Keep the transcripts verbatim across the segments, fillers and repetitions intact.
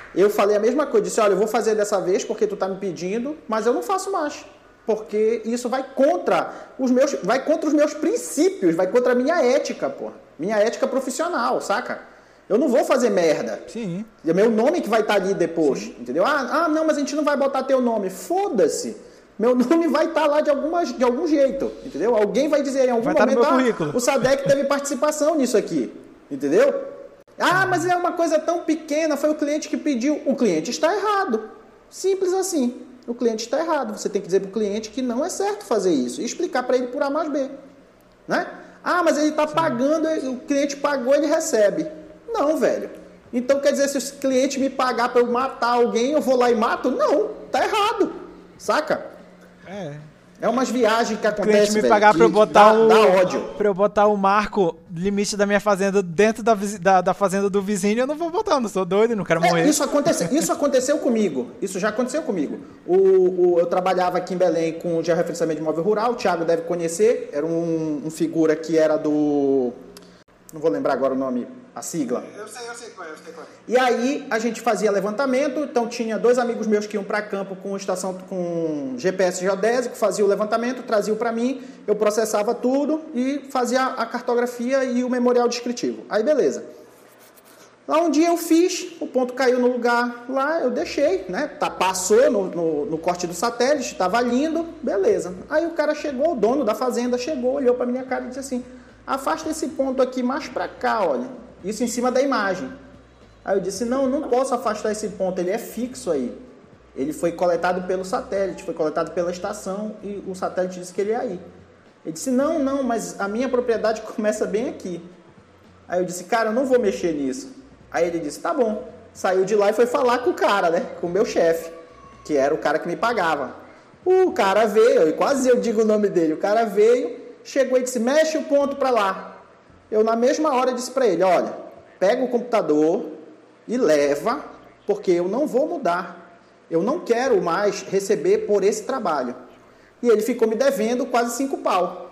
Eu falei a mesma coisa, disse, olha, eu vou fazer dessa vez porque tu tá me pedindo, mas eu não faço mais. Porque isso vai contra os meus, vai contra os meus princípios, vai contra a minha ética, pô. Minha ética profissional, saca? Eu não vou fazer merda. Sim. É meu nome que vai estar ali depois, Sim. entendeu? Ah, ah, não, mas a gente não vai botar teu nome. Foda-se. Meu nome vai estar lá de, alguma, de algum jeito, entendeu? Alguém vai dizer em algum vai momento, estar no meu ah, currículo. O Sadek teve participação nisso aqui, entendeu? Ah, mas é uma coisa tão pequena, foi o cliente que pediu. O cliente está errado. Simples assim. O cliente está errado. Você tem que dizer para o cliente que não é certo fazer isso e explicar para ele por A mais B. Né? Ah, mas ele está pagando, o cliente pagou, ele recebe. Não, velho. Então quer dizer, se o cliente me pagar para eu matar alguém, eu vou lá e mato? Não, tá errado. Saca? É. É umas viagens que O cliente acontecem, me velho, pagar que pra eu botar dá, o, dá ódio. pra eu botar o marco limite da minha fazenda dentro da, da, da fazenda do vizinho, eu não vou botar, eu não sou doido, não quero morrer. É, isso, acontece, isso aconteceu comigo. Isso já aconteceu comigo. O, o, eu trabalhava aqui em Belém com o georreferenciamento de imóvel rural, o Thiago deve conhecer, era um, um figura que era do... Não vou lembrar agora o nome, a sigla. Eu sei, eu sei qual é, eu sei qual é. E aí a gente fazia levantamento, então tinha dois amigos meus que iam para campo com estação com G P S geodésico, fazia o levantamento, traziam para mim, eu processava tudo e fazia a cartografia e o memorial descritivo. Aí beleza. Lá um dia eu fiz, o ponto caiu no lugar lá, eu deixei, né? Tá, passou no, no, no corte do satélite, estava lindo, beleza. Aí o cara chegou, o dono da fazenda chegou, olhou para minha cara e disse assim, afasta esse ponto aqui mais para cá, olha. Isso em cima da imagem. Aí eu disse, não, não posso afastar esse ponto, ele é fixo aí. Ele foi coletado pelo satélite, foi coletado pela estação e o satélite disse que ele é aí. Ele disse, não, não, mas a minha propriedade começa bem aqui. Aí eu disse, cara, eu não vou mexer nisso. Aí ele disse, tá bom. Saiu de lá e foi falar com o cara, né? Com o meu chefe, que era o cara que me pagava. O cara veio, e quase eu digo o nome dele, o cara veio, chegou e disse, mexe o ponto para lá. Eu na mesma hora disse para ele, olha, pega o computador e leva, porque eu não vou mudar. Eu não quero mais receber por esse trabalho. E ele ficou me devendo quase cinco pau.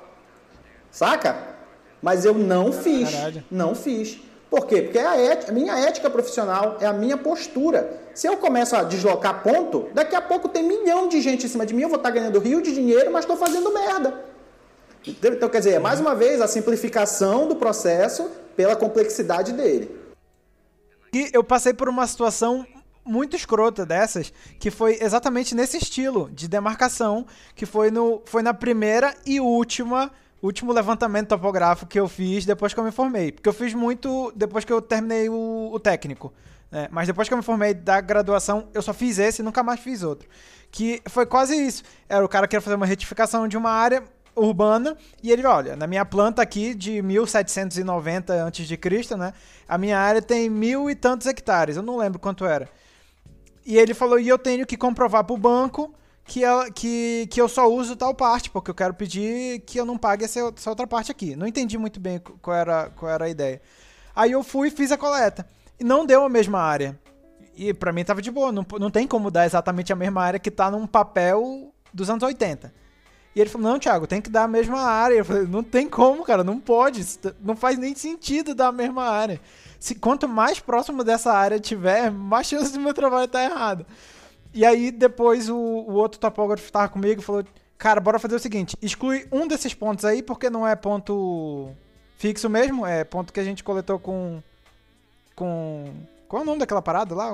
Saca? Mas eu não fiz. Caralho. Não fiz. Por quê? Porque é a, ética, a minha ética profissional, é a minha postura. Se eu começo a deslocar ponto, daqui a pouco tem milhão de gente em cima de mim, eu vou estar ganhando rio de dinheiro, mas estou fazendo merda. Então, quer dizer, é mais uma vez a simplificação do processo pela complexidade dele. E eu passei por uma situação muito escrota dessas, que foi exatamente nesse estilo de demarcação, que foi, no, foi na primeira e última, último levantamento topográfico que eu fiz depois que eu me formei. Porque eu fiz muito depois que eu terminei o, o técnico, né? Mas depois que eu me formei da graduação, eu só fiz esse e nunca mais fiz outro. Que foi quase isso. Era o cara que queria fazer uma retificação de uma área urbana, e ele, olha, na minha planta aqui de mil setecentos e noventa antes de Cristo, né, a minha área tem mil e tantos hectares, eu não lembro quanto era. E ele falou, e eu tenho que comprovar pro banco que, eu, que, que eu só uso tal parte, porque eu quero pedir que eu não pague essa, essa outra parte aqui. Não entendi muito bem qual era, qual era a ideia. Aí eu fui e fiz a coleta, e não deu a mesma área. E pra mim tava de boa, não, não tem como dar exatamente a mesma área que tá num papel dos anos oitenta. E ele falou, não, Thiago, tem que dar a mesma área. Eu falei, não tem como, cara, não pode. Não faz nem sentido dar a mesma área. Se, quanto mais próximo dessa área tiver, mais chance do meu trabalho estar errado. E aí, depois, o, o outro topógrafo que estava comigo falou, cara, bora fazer o seguinte, exclui um desses pontos aí, porque não é ponto fixo mesmo, é ponto que a gente coletou com... com... Qual é o nome daquela parada lá?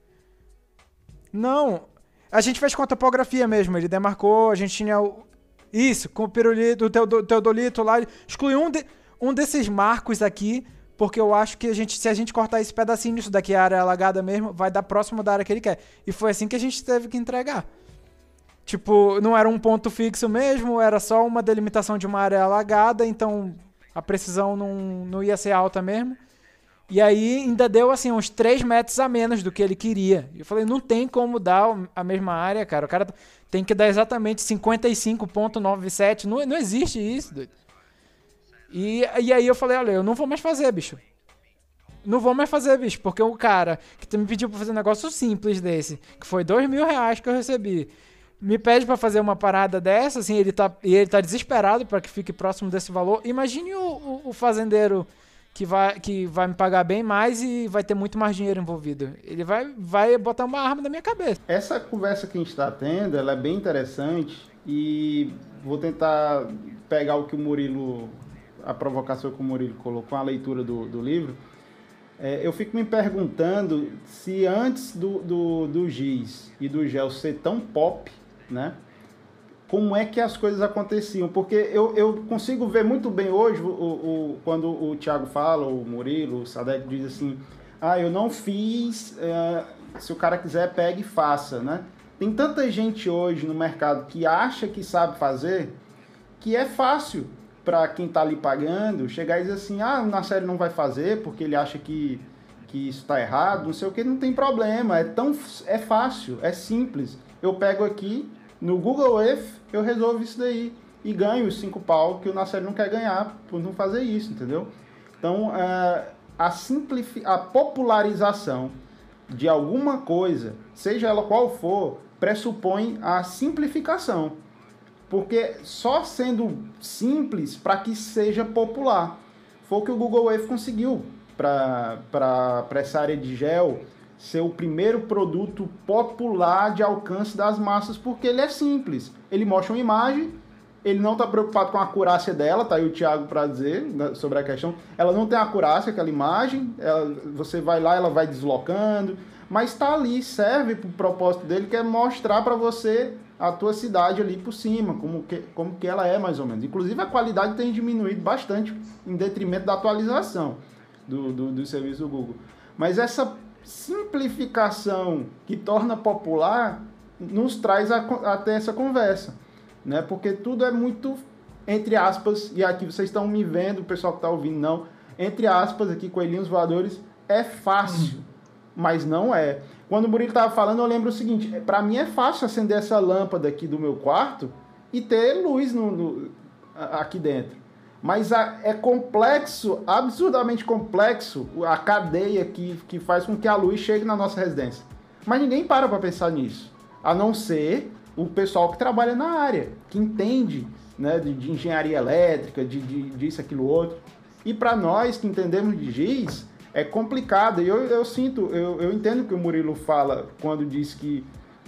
Não, a gente fez com a topografia mesmo, ele demarcou, a gente tinha... o Isso, com o pirulito, o teodolito lá, exclui um, de, um desses marcos aqui, porque eu acho que a gente, se a gente cortar esse pedacinho, isso daqui é a área alagada mesmo, vai dar próximo da área que ele quer. E foi assim que a gente teve que entregar. Tipo, não era um ponto fixo mesmo, era só uma delimitação de uma área alagada, então a precisão não, não ia ser alta mesmo. E aí ainda deu assim uns três metros a menos do que ele queria. E eu falei, não tem como dar a mesma área, cara. O cara tem que dar exatamente cinquenta e cinco vírgula noventa e sete. Não, não existe isso, doido. E, e aí eu falei, olha, eu não vou mais fazer, bicho. Não vou mais fazer, bicho, porque o cara que me pediu pra fazer um negócio simples desse, que foi dois mil reais que eu recebi, me pede pra fazer uma parada dessa, assim, ele tá, e ele tá desesperado pra que fique próximo desse valor. Imagine o, o, o fazendeiro que vai, que vai me pagar bem mais e vai ter muito mais dinheiro envolvido. Ele vai, vai botar uma arma na minha cabeça. Essa conversa que a gente está tendo, ela é bem interessante e vou tentar pegar o que o Murilo, a provocação que o Murilo colocou, a leitura do, do livro. É, eu fico me perguntando se antes do, do, do giz e do gel ser tão pop, né? Como é que as coisas aconteciam, porque eu, eu consigo ver muito bem hoje o, o, quando o Thiago fala, o Murilo, o Sadek diz assim, ah, eu não fiz, é, se o cara quiser, pegue e faça, né? Tem tanta gente hoje no mercado que acha que sabe fazer, que é fácil para quem está ali pagando chegar e dizer assim, ah, na série não vai fazer porque ele acha que, que isso está errado, não sei o que, não tem problema, é, tão, é fácil, é simples. Eu pego aqui, no Google Earth, eu resolvo isso daí e ganho os cinco pau que o Nasseri não quer ganhar por não fazer isso, entendeu? Então, a, simplifi- a popularização de alguma coisa, seja ela qual for, pressupõe a simplificação. Porque só sendo simples para que seja popular. Foi o que o Google Earth conseguiu para essa área de gel ser o primeiro produto popular de alcance das massas, porque ele é simples. Ele mostra uma imagem, ele não está preocupado com a acurácia dela, tá aí o Thiago para dizer, né, sobre a questão. Ela não tem acurácia, aquela imagem, ela, você vai lá, ela vai deslocando, mas está ali, serve para o propósito dele, que é mostrar para você a tua cidade ali por cima, como que, como que ela é mais ou menos. Inclusive a qualidade tem diminuído bastante em detrimento da atualização do, do, do serviço do Google. Mas essa simplificação que torna popular nos traz a, até essa conversa, né? Porque tudo é muito, entre aspas, e aqui vocês estão me vendo, o pessoal que está ouvindo não, entre aspas, aqui, coelhinhos voadores, é fácil, hum. mas não é. Quando o Murilo estava falando, eu lembro o seguinte, para mim é fácil acender essa lâmpada aqui do meu quarto e ter luz no, no, aqui dentro. Mas a, é complexo, absurdamente complexo, a cadeia que, que faz com que a luz chegue na nossa residência. Mas ninguém para para pensar nisso, a não ser o pessoal que trabalha na área, que entende, né, de, de engenharia elétrica, de, de, disso, aquilo, outro. E para nós que entendemos de giz, é complicado. E eu, eu sinto, eu, eu entendo que o Murilo fala quando diz que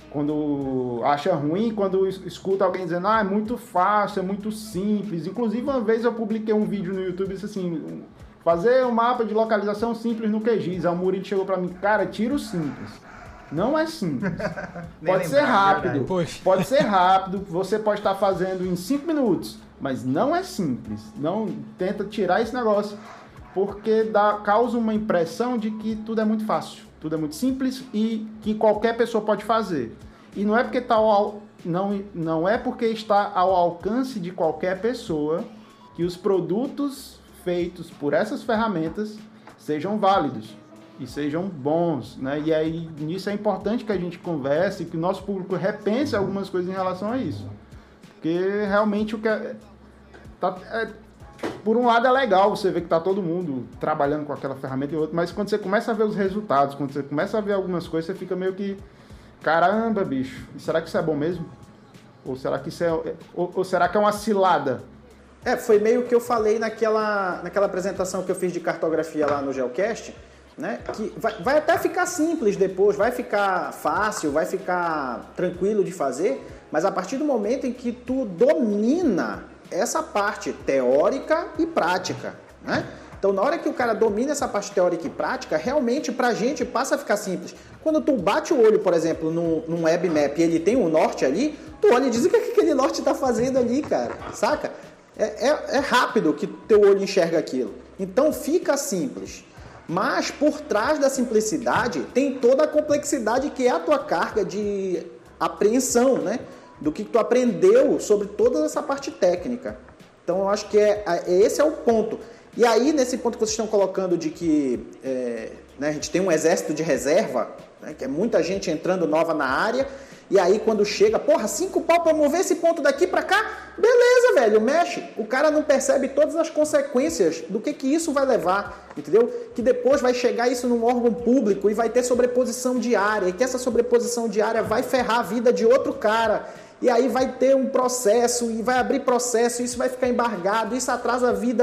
quando acha ruim, quando escuta alguém dizendo, ah, é muito fácil, é muito simples. Inclusive, uma vez eu publiquei um vídeo no YouTube e disse assim, fazer um mapa de localização simples no Q G I S. Aí o Murilo chegou para mim, cara, tira o simples. Não é simples. Pode ser rápido, pode ser rápido, você pode estar fazendo em cinco minutos, mas não é simples. Não tenta tirar esse negócio, porque dá, causa uma impressão de que tudo é muito fácil. Tudo é muito simples e que qualquer pessoa pode fazer. E não é porque tá ao, não, não é porque está ao alcance de qualquer pessoa que os produtos feitos por essas ferramentas sejam válidos e sejam bons, né? E aí nisso é importante que a gente converse e que o nosso público repense algumas coisas em relação a isso. Porque realmente o que é, tá, é, por um lado é legal você ver que está todo mundo trabalhando com aquela ferramenta e outra, mas quando você começa a ver os resultados, quando você começa a ver algumas coisas, você fica meio que, caramba, bicho, será que isso é bom mesmo? Ou será que isso é, ou, ou será que é uma cilada? É, foi meio que eu falei naquela, naquela apresentação que eu fiz de cartografia lá no Geocast, né? Que vai, vai até ficar simples depois, vai ficar fácil, vai ficar tranquilo de fazer, mas a partir do momento em que tu domina essa parte teórica e prática, né? Então, na hora que o cara domina essa parte teórica e prática, realmente pra gente passa a ficar simples. Quando tu bate o olho, por exemplo, num, num web map e ele tem um norte ali, tu olha e diz o que aquele norte tá fazendo ali, cara, saca? É, é, é rápido que teu olho enxerga aquilo. Então, fica simples. Mas, por trás da simplicidade, tem toda a complexidade que é a tua carga de apreensão, né? Do que tu aprendeu sobre toda essa parte técnica. Então, eu acho que é, é, esse é o ponto. E aí, nesse ponto que vocês estão colocando de que é, né, a gente tem um exército de reserva, né, que é muita gente entrando nova na área, e aí quando chega, porra, cinco pau para mover esse ponto daqui para cá, beleza, velho, mexe. O cara não percebe todas as consequências do que, que isso vai levar, entendeu? Que depois vai chegar isso num órgão público e vai ter sobreposição diária, e que essa sobreposição diária vai ferrar a vida de outro cara. E aí vai ter um processo, e vai abrir processo, e isso vai ficar embargado, isso atrasa a vida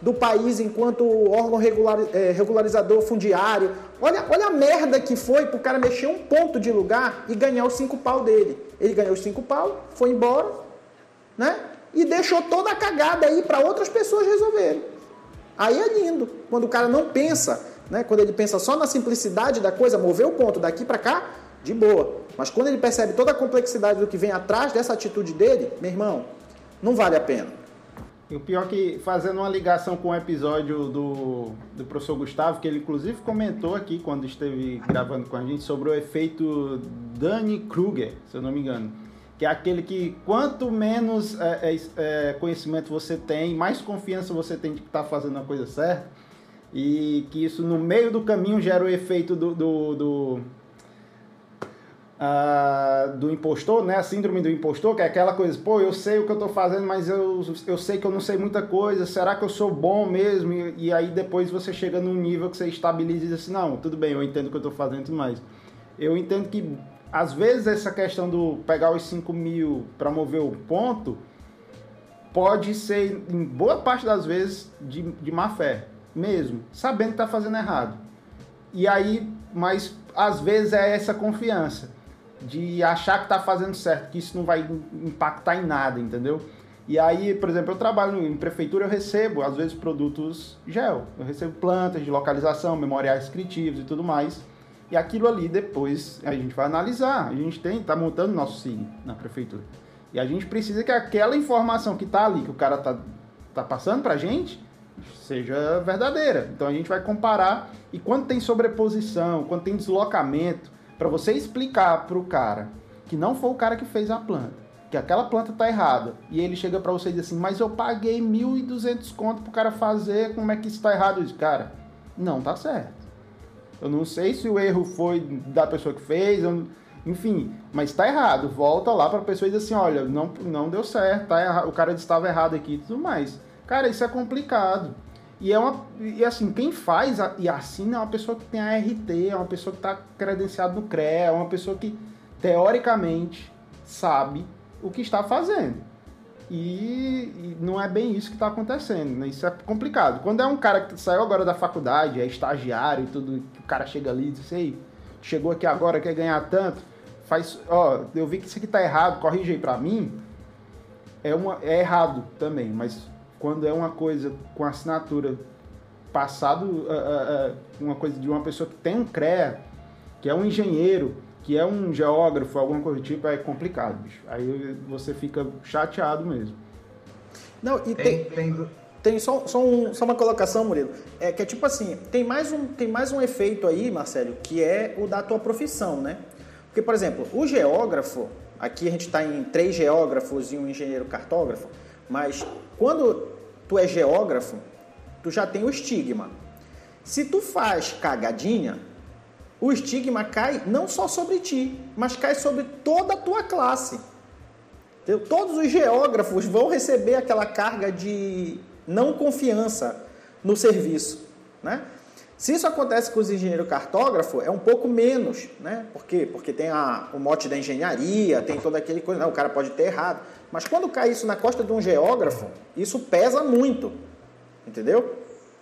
do país enquanto órgão regular, é, regularizador fundiário. Olha, olha a merda que foi pro cara mexer um ponto de lugar e ganhar os cinco pau dele. Ele ganhou os cinco pau, foi embora, né? E deixou toda a cagada aí para outras pessoas resolverem. Aí é lindo. Quando o cara não pensa, né? Quando ele pensa só na simplicidade da coisa, mover o ponto daqui para cá, de boa. Mas quando ele percebe toda a complexidade do que vem atrás dessa atitude dele, meu irmão, não vale a pena. E o pior que, fazendo uma ligação com o episódio do, do professor Gustavo, que ele inclusive comentou aqui quando esteve gravando com a gente sobre o efeito Dunning-Kruger, se eu não me engano. Que é aquele que quanto menos é, é, conhecimento você tem, mais confiança você tem de que está fazendo a coisa certa. E que isso no meio do caminho gera o efeito do... do, do Uh, do impostor, né? A síndrome do impostor, que é aquela coisa, pô, eu sei o que eu tô fazendo, mas eu, eu sei que eu não sei muita coisa, será que eu sou bom mesmo? E, e aí depois você chega num nível que você estabiliza e diz assim, não, tudo bem, eu entendo o que eu tô fazendo e tudo mais. Eu entendo que, às vezes, essa questão do pegar os cinco mil para mover o ponto, pode ser, em boa parte das vezes, de, de má fé, mesmo, sabendo que tá fazendo errado. E aí, mas, às vezes, é essa confiança de achar que está fazendo certo, que isso não vai impactar em nada, entendeu? E aí, por exemplo, eu trabalho em prefeitura, eu recebo, às vezes, produtos gel. Eu recebo plantas de localização, memoriais descritivos e tudo mais. E aquilo ali, depois, a gente vai analisar. A gente tem, tá montando nosso S I G na prefeitura. E a gente precisa que aquela informação que está ali, que o cara tá, tá passando pra gente, seja verdadeira. Então, a gente vai comparar. E quando tem sobreposição, quando tem deslocamento, para você explicar para o cara que não foi o cara que fez a planta, que aquela planta tá errada, e ele chega para você e diz assim, mas eu paguei mil e duzentos conto pro cara fazer, como é que isso tá errado? Eu digo, cara, não tá certo. Eu não sei se o erro foi da pessoa que fez, eu, enfim, mas tá errado. Volta lá para a pessoa e diz assim, olha, não, não deu certo, tá errado, o cara estava errado aqui e tudo mais. Cara, isso é complicado. E, é uma, e assim, quem faz a, e assina é uma pessoa que tem a R T, é uma pessoa que está credenciada no C R E A, é uma pessoa que, teoricamente, sabe o que está fazendo. E, e não é bem isso que está acontecendo, né? Isso é complicado. Quando é um cara que saiu agora da faculdade, é estagiário e tudo, o cara chega ali e diz assim, chegou aqui agora, quer ganhar tanto, faz, ó, eu vi que isso aqui está errado, corrige aí para mim, é, uma, é errado também, mas... quando é uma coisa com assinatura passado, uh, uh, uma coisa de uma pessoa que tem um C R E A, que é um engenheiro, que é um geógrafo, alguma coisa do tipo, é complicado, bicho. Aí você fica chateado mesmo. Não, e tem, tem, tem só, só, um, só uma colocação, Murilo, é que é tipo assim, tem mais, um, tem mais um efeito aí, Marcelo, que é o da tua profissão, né? Porque, por exemplo, o geógrafo, aqui a gente está em três geógrafos e um engenheiro cartógrafo, mas quando tu é geógrafo, tu já tem o estigma. Se tu faz cagadinha, o estigma cai não só sobre ti, mas cai sobre toda a tua classe. Entendeu? Todos os geógrafos vão receber aquela carga de não confiança no serviço, né? Se isso acontece com os engenheiros cartógrafos, é um pouco menos, né? Por quê? Porque tem a, o mote da engenharia, tem toda aquele coisa, não, o cara pode ter errado. Mas quando cai isso na costa de um geógrafo, isso pesa muito, entendeu?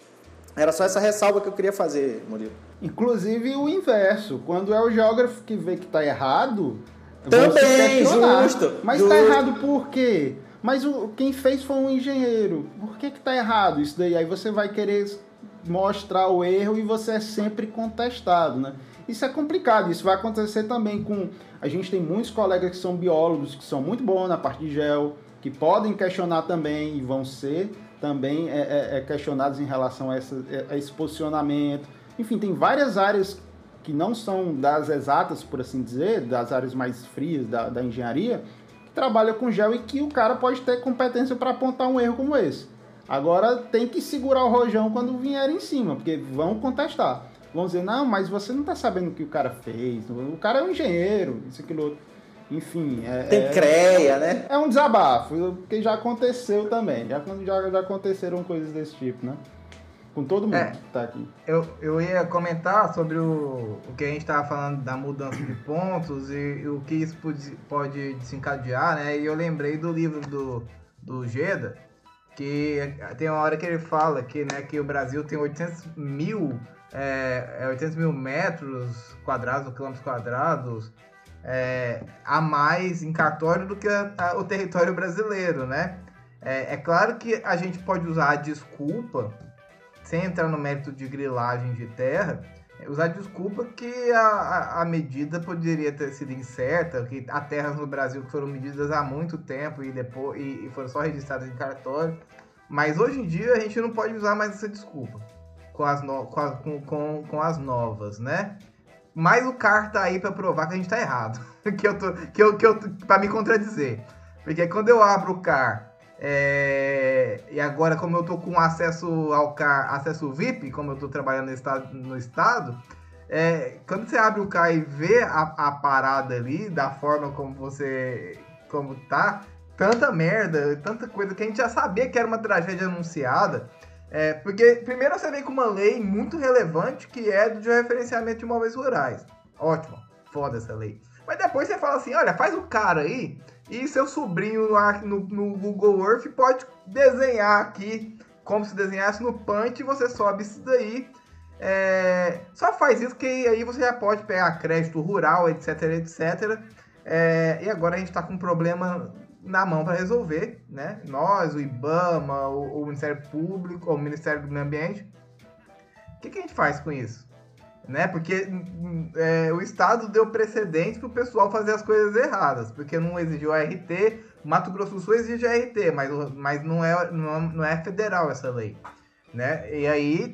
Era só essa ressalva que eu queria fazer, Murilo. Inclusive o inverso, quando é o geógrafo que vê que está errado, também, justo. Mas está errado por quê? Mas o, quem fez foi um engenheiro. Por que está errado isso daí? Aí você vai querer mostrar o erro e você é sempre contestado, né? Isso é complicado, isso vai acontecer também com... A gente tem muitos colegas que são biólogos, que são muito bons na parte de gel, que podem questionar também e vão ser também é, é, questionados em relação a, essa, a esse posicionamento. Enfim, tem várias áreas que não são das exatas, por assim dizer, das áreas mais frias da, da engenharia, que trabalham com gel e que o cara pode ter competência para apontar um erro como esse. Agora tem que segurar o rojão quando vier em cima, porque vão contestar. Vão dizer, não, mas você não está sabendo o que o cara fez, o cara é um engenheiro, isso, aquilo, outro. Enfim... É, tem é, creia, né? É um desabafo, porque já aconteceu também, já, já, já aconteceram coisas desse tipo, né? Com todo mundo é, que tá aqui. Eu, eu ia comentar sobre o, o que a gente estava falando da mudança de pontos e, e o que isso pode, pode desencadear, né? E eu lembrei do livro do, do Geda, que tem uma hora que ele fala que, né, que o Brasil tem oitocentos mil, é, oitocentos mil metros quadrados, ou quilômetros quadrados, é, a mais em cartório do que a, a, o território brasileiro, né? É, é claro que a gente pode usar a desculpa, sem entrar no mérito de grilagem de terra, usar a desculpa que a, a, a medida poderia ter sido incerta, que há terras no Brasil que foram medidas há muito tempo e, depois, e, e foram só registradas em cartório. Mas hoje em dia a gente não pode usar mais essa desculpa com as, no, com, a, com, com, com as novas, né? Mas o C A R tá aí para provar que a gente tá errado, que eu tô, que eu, que eu, para me contradizer. Porque quando eu abro o C A R, é, e agora como eu tô com acesso ao C A R, acesso V I P, como eu tô trabalhando no estado, no estado é, quando você abre o C A R e vê a, a parada ali, da forma como você, como tá, tanta merda, tanta coisa que a gente já sabia que era uma tragédia anunciada. É, porque primeiro você vem com uma lei muito relevante que é do referenciamento de imóveis rurais. Ótimo, foda essa lei. Mas depois você fala assim, olha, faz o cara aí e seu sobrinho no, no Google Earth pode desenhar aqui como se desenhasse no Paint e você sobe isso daí. É, só faz isso que aí você já pode pegar crédito rural, etc, etcétera. É, e agora a gente está com um problema na mão para resolver, né? Nós, o IBAMA, o, o Ministério Público, o Ministério do Meio Ambiente. O que, que a gente faz com isso? Né? Porque é, o Estado deu precedente para o pessoal fazer as coisas erradas, porque não exigiu a R T, Mato Grosso do Sul exige a R T, mas, mas não, é, não, não é federal essa lei. Né? E aí,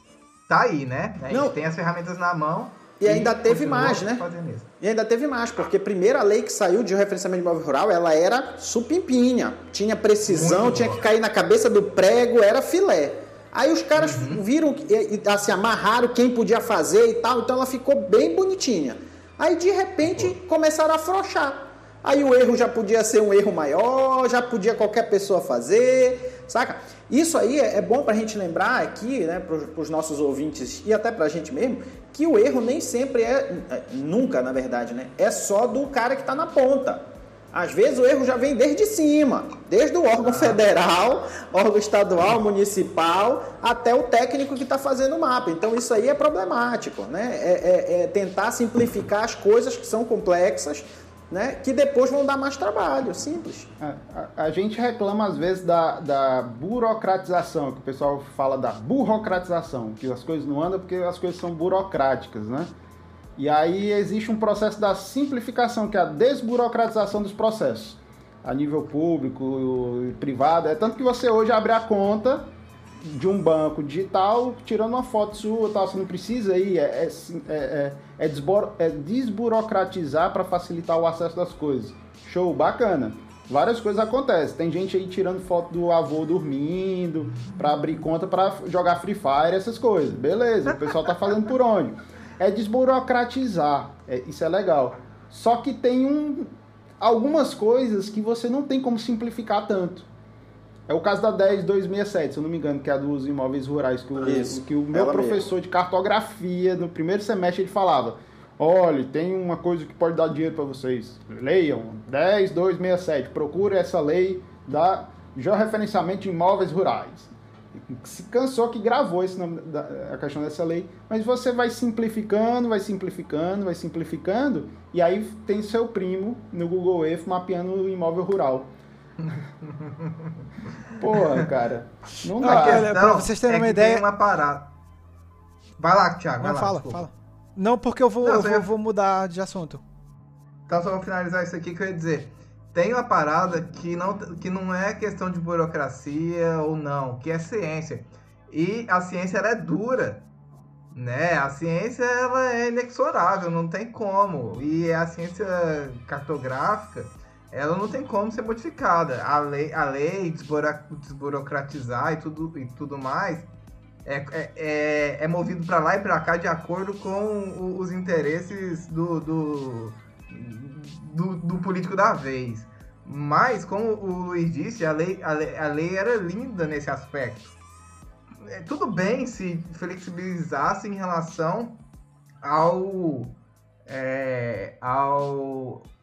tá aí, né? A gente não. tem as ferramentas na mão. E ainda teve mais, né? E ainda teve mais, porque a primeira lei que saiu de referenciamento de imóvel rural, ela era supimpinha, tinha precisão, Muito tinha bom. que cair na cabeça do prego, era filé. Aí os caras uhum. viram, assim, amarraram quem podia fazer e tal, então ela ficou bem bonitinha. Aí, de repente, uhum. começaram a afrouxar. Aí o erro já podia ser um erro maior, já podia qualquer pessoa fazer, saca? Isso aí é bom pra gente lembrar aqui, né, pros nossos ouvintes e até pra gente mesmo, que o erro nem sempre é, nunca, na verdade, né, é só do cara que tá na ponta. Às vezes o erro já vem desde cima, desde o órgão federal, órgão estadual, municipal, até o técnico que está fazendo o mapa. Então isso aí é problemático, né? É, é, é tentar simplificar as coisas que são complexas, né? Que depois vão dar mais trabalho, simples. A, a, a gente reclama às vezes da, da burocratização, que o pessoal fala da burocratização, que as coisas não andam porque as coisas são burocráticas, né? E aí existe um processo da simplificação, que é a desburocratização dos processos, a nível público e privado. É tanto que você hoje abre a conta de um banco digital, tirando uma foto sua, tal, você não precisa ir, é, é, é, é, desburo, é desburocratizar para facilitar o acesso das coisas. Show, bacana. Várias coisas acontecem. Tem gente aí tirando foto do avô dormindo, para abrir conta para jogar Free Fire, essas coisas. Beleza, o pessoal tá fazendo por onde? É desburocratizar, é, isso é legal. Só que tem um, algumas coisas que você não tem como simplificar tanto. É o caso da dez dois sessenta e sete, se eu não me engano, que é a dos imóveis rurais, que o, isso, que o meu professor mesmo. de cartografia, no primeiro semestre, ele falava, olha, tem uma coisa que pode dar dinheiro para vocês, leiam, dez dois sessenta e sete, procure essa lei da georreferenciamento de imóveis rurais. Se cansou que gravou esse nome da, a questão dessa lei, mas você vai simplificando, vai simplificando, vai simplificando, e aí tem seu primo no Google Earth mapeando o imóvel rural. Porra, cara, não dá. Olha, pra vocês terem é uma ideia, uma parada. Vai lá, Thiago, vai não, lá. Fala, desculpa. fala. Não, porque eu vou, não, eu vou, ia... vou mudar de assunto. Então só vou finalizar isso aqui que eu ia dizer. Tem uma parada que não, que não é questão de burocracia ou não, que é ciência. E a ciência, ela é dura, né? A ciência, ela é inexorável, não tem como. E a ciência cartográfica, ela não tem como ser modificada. A lei, a lei desburocratizar e tudo, e tudo mais é, é, é movido para lá e para cá de acordo com os interesses do... do Do, do político da vez. Mas, como o Luiz disse, a lei, a lei, a lei era linda nesse aspecto. É, tudo bem se flexibilizasse em relação ao, é, ao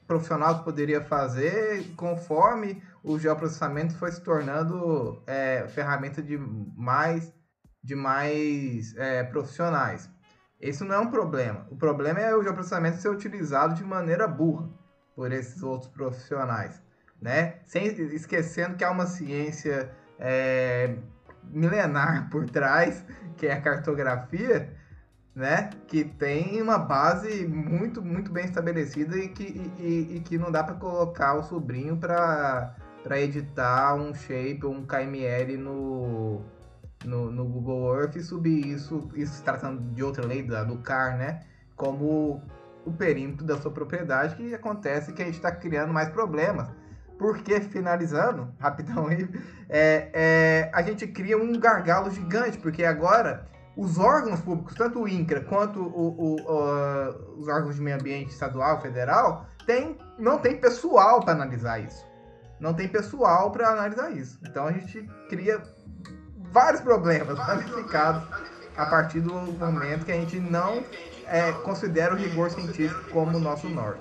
profissional que poderia fazer conforme o geoprocessamento foi se tornando é, ferramenta de mais, de mais é, profissionais. Esse não é um problema. O problema é o geoprocessamento ser utilizado de maneira burra por esses outros profissionais, né? Sem, esquecendo que há uma ciência é, milenar por trás, que é a cartografia, né? Que tem uma base muito, muito bem estabelecida e que, e, e que não dá para colocar o sobrinho para editar um shape ou um K M L no, no, no Google Earth e subir isso, isso tratando de outra lei da, do C A R, né? Como o perímetro da sua propriedade, que acontece que a gente está criando mais problemas. Porque, finalizando, rapidão aí, é, é, a gente cria um gargalo gigante, porque agora os órgãos públicos, tanto o INCRA quanto o, o, o, os órgãos de meio ambiente estadual, federal, tem, não tem pessoal para analisar isso. Não tem pessoal para analisar isso. Então a gente cria vários problemas ramificados a partir do momento que a gente não é, considera o rigor científico como o nosso norte.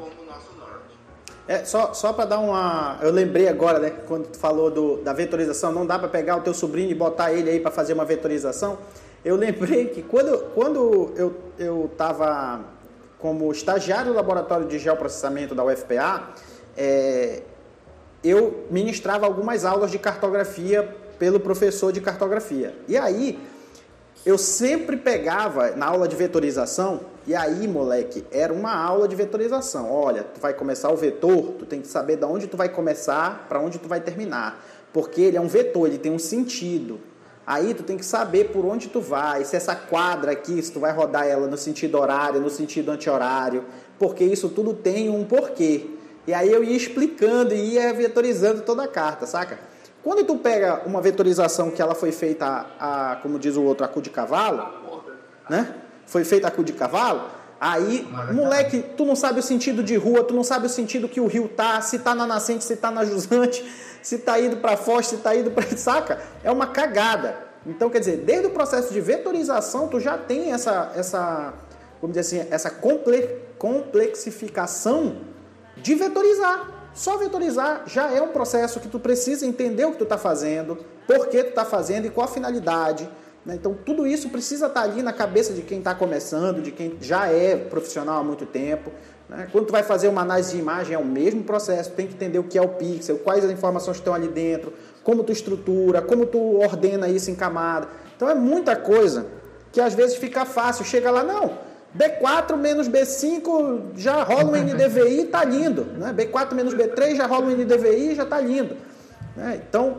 É, só só para dar uma... Eu lembrei agora, né, quando tu falou do, da vetorização, não dá para pegar o teu sobrinho e botar ele aí para fazer uma vetorização. Eu lembrei que quando, quando eu estava como estagiário do laboratório de geoprocessamento da U F P A, é, eu ministrava algumas aulas de cartografia pelo professor de cartografia. E aí, eu sempre pegava na aula de vetorização, e aí, moleque, era uma aula de vetorização. Olha, tu vai começar o vetor, tu tem que saber de onde tu vai começar, para onde tu vai terminar. Porque ele é um vetor, ele tem um sentido. Aí tu tem que saber por onde tu vai, se essa quadra aqui, se tu vai rodar ela no sentido horário, no sentido anti-horário, porque isso tudo tem um porquê. E aí eu ia explicando e ia vetorizando toda a carta, saca? Quando tu pega uma vetorização que ela foi feita, a, a, como diz o outro, a cu de cavalo, né? Foi feita a cu de cavalo, aí, moleque, tu não sabe o sentido de rua, tu não sabe o sentido que o rio tá, se tá na nascente, se tá na jusante, se tá indo para foz, se tá indo para... Saca? É uma cagada. Então, quer dizer, desde o processo de vetorização, tu já tem essa, essa vamos dizer assim, essa complexificação de vetorizar. Só vetorizar já é um processo que tu precisa entender o que tu está fazendo, por que tu está fazendo e qual a finalidade. Né? Então, tudo isso precisa estar ali na cabeça de quem está começando, de quem já é profissional há muito tempo. Né? Quando tu vai fazer uma análise de imagem, é o mesmo processo. Tu tem que entender o que é o pixel, quais as informações que estão ali dentro, como tu estrutura, como tu ordena isso em camada. Então, é muita coisa que às vezes fica fácil. Chega lá, não... B quatro menos B cinco já rola um N D V I e tá lindo. Né? B quatro menos B três já rola um N D V I e já tá lindo. Né? Então,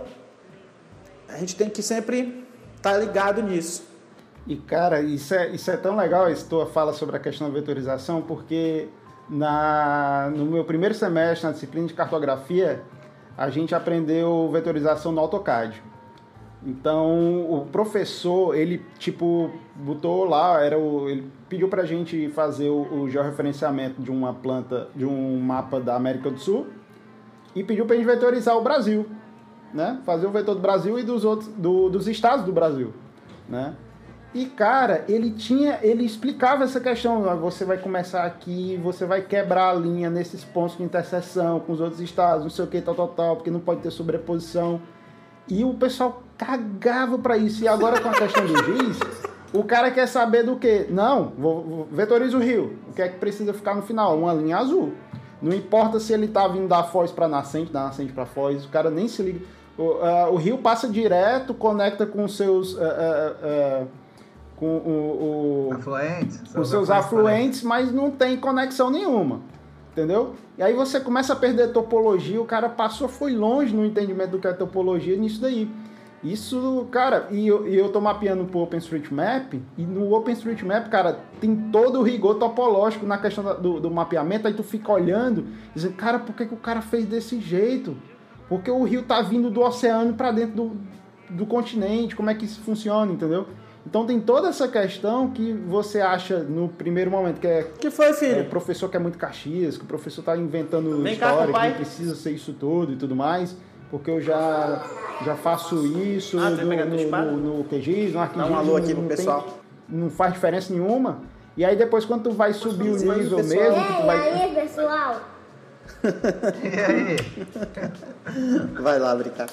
a gente tem que sempre estar tá ligado nisso. E, cara, isso é, isso é tão legal, essa tua fala sobre a questão da vetorização, porque na, no meu primeiro semestre, na disciplina de cartografia, a gente aprendeu vetorização no AutoCAD. Então, o professor, ele, tipo, botou lá, era o, ele pediu pra gente fazer o, o georreferenciamento de uma planta, de um mapa da América do Sul, e pediu pra gente vetorizar o Brasil, né? Fazer o vetor do Brasil e dos outros, do, dos estados do Brasil, né? E, cara, ele tinha, ele explicava essa questão, você vai começar aqui, você vai quebrar a linha nesses pontos de interseção com os outros estados, não sei o que, tal, tal, tal, porque não pode ter sobreposição. E o pessoal cagava pra isso. E agora com a questão do giz, o cara quer saber do quê? Não, vou, vou, vetoriza o rio. O que é que precisa ficar no final? Uma linha azul. Não importa se ele tá vindo da foz pra nascente, da nascente pra foz, o cara nem se liga. O, uh, o rio passa direto, conecta com os seus... Uh, uh, uh, com o, o, afluentes, com os seus afluentes, mas não tem conexão nenhuma. Entendeu? E aí você começa a perder topologia, o cara passou, foi longe no entendimento do que é topologia nisso daí. Isso, cara, e eu, e eu tô mapeando pro OpenStreetMap, e no OpenStreetMap, cara, tem todo o rigor topológico na questão do, do mapeamento, aí tu fica olhando, dizendo, cara, por que, que o cara fez desse jeito? Porque o rio tá vindo do oceano para dentro do, do continente, como é que isso funciona, entendeu? Então tem toda essa questão que você acha no primeiro momento que é... Que foi, filho? É, o professor que é muito Caxias, que o professor tá inventando Vem história, cá, que não precisa ser isso tudo e tudo mais, porque eu já, já faço isso ah, no, no, no, no Q G I S, no ArcGIS. Dá um alô aqui pro pessoal. Tem, não faz diferença nenhuma. E aí depois quando tu vai subir o nível pessoal. mesmo... Que tu vai... E aí, pessoal? E aí? Vai lá brincar.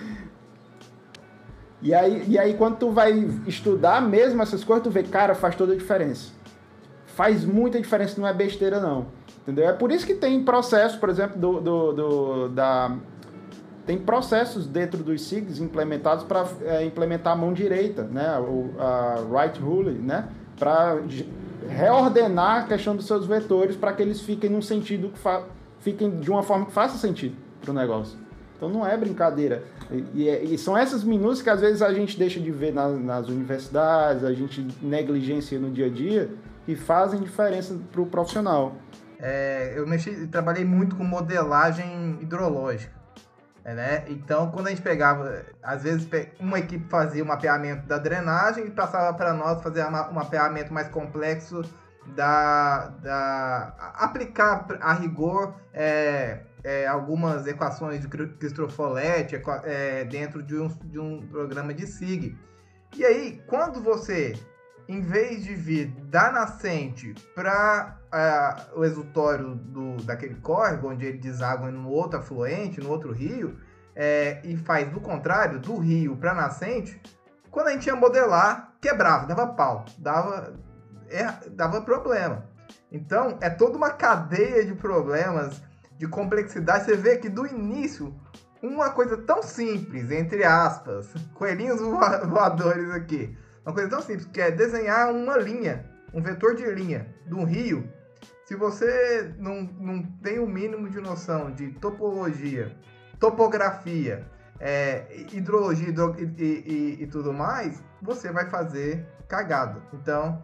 E aí, e aí, quando tu vai estudar mesmo essas coisas, tu vê, cara, faz toda a diferença. Faz muita diferença, não é besteira, não. Entendeu? É por isso que tem processos, por exemplo, do, do, do, da... tem processos dentro dos S I Gs implementados para é, implementar a mão direita, né? O, a right rule, né? Para reordenar a questão dos seus vetores para que eles fiquem num sentido que fa... fiquem de uma forma que faça sentido para o negócio. Então não é brincadeira. E, e, e são essas minúcias que às vezes a gente deixa de ver nas, nas universidades, a gente negligencia no dia a dia, que fazem diferença para o profissional. É, eu mexi, trabalhei muito com modelagem hidrológica, né? Então, quando a gente pegava, às vezes uma equipe fazia o mapeamento da drenagem e passava para nós fazer um mapeamento mais complexo da, da aplicar a rigor é, é, algumas equações de Christoffel é, dentro de um, de um programa de S I G. E aí, quando você, em vez de vir da nascente para uh, o exutório do, daquele córrego, onde ele deságua no outro afluente, no outro rio, é, e faz do contrário, do rio para a nascente, quando a gente ia modelar, quebrava, dava pau, dava, é, dava problema. Então, é toda uma cadeia de problemas, de complexidade. Você vê que do início, uma coisa tão simples, entre aspas, coelhinhos voadores aqui, uma coisa tão simples, que é desenhar uma linha, um vetor de linha de um rio. Se você não, não tem o mínimo de noção de topologia, topografia, é, hidrologia hidro, e, e, e tudo mais, você vai fazer cagada. Então,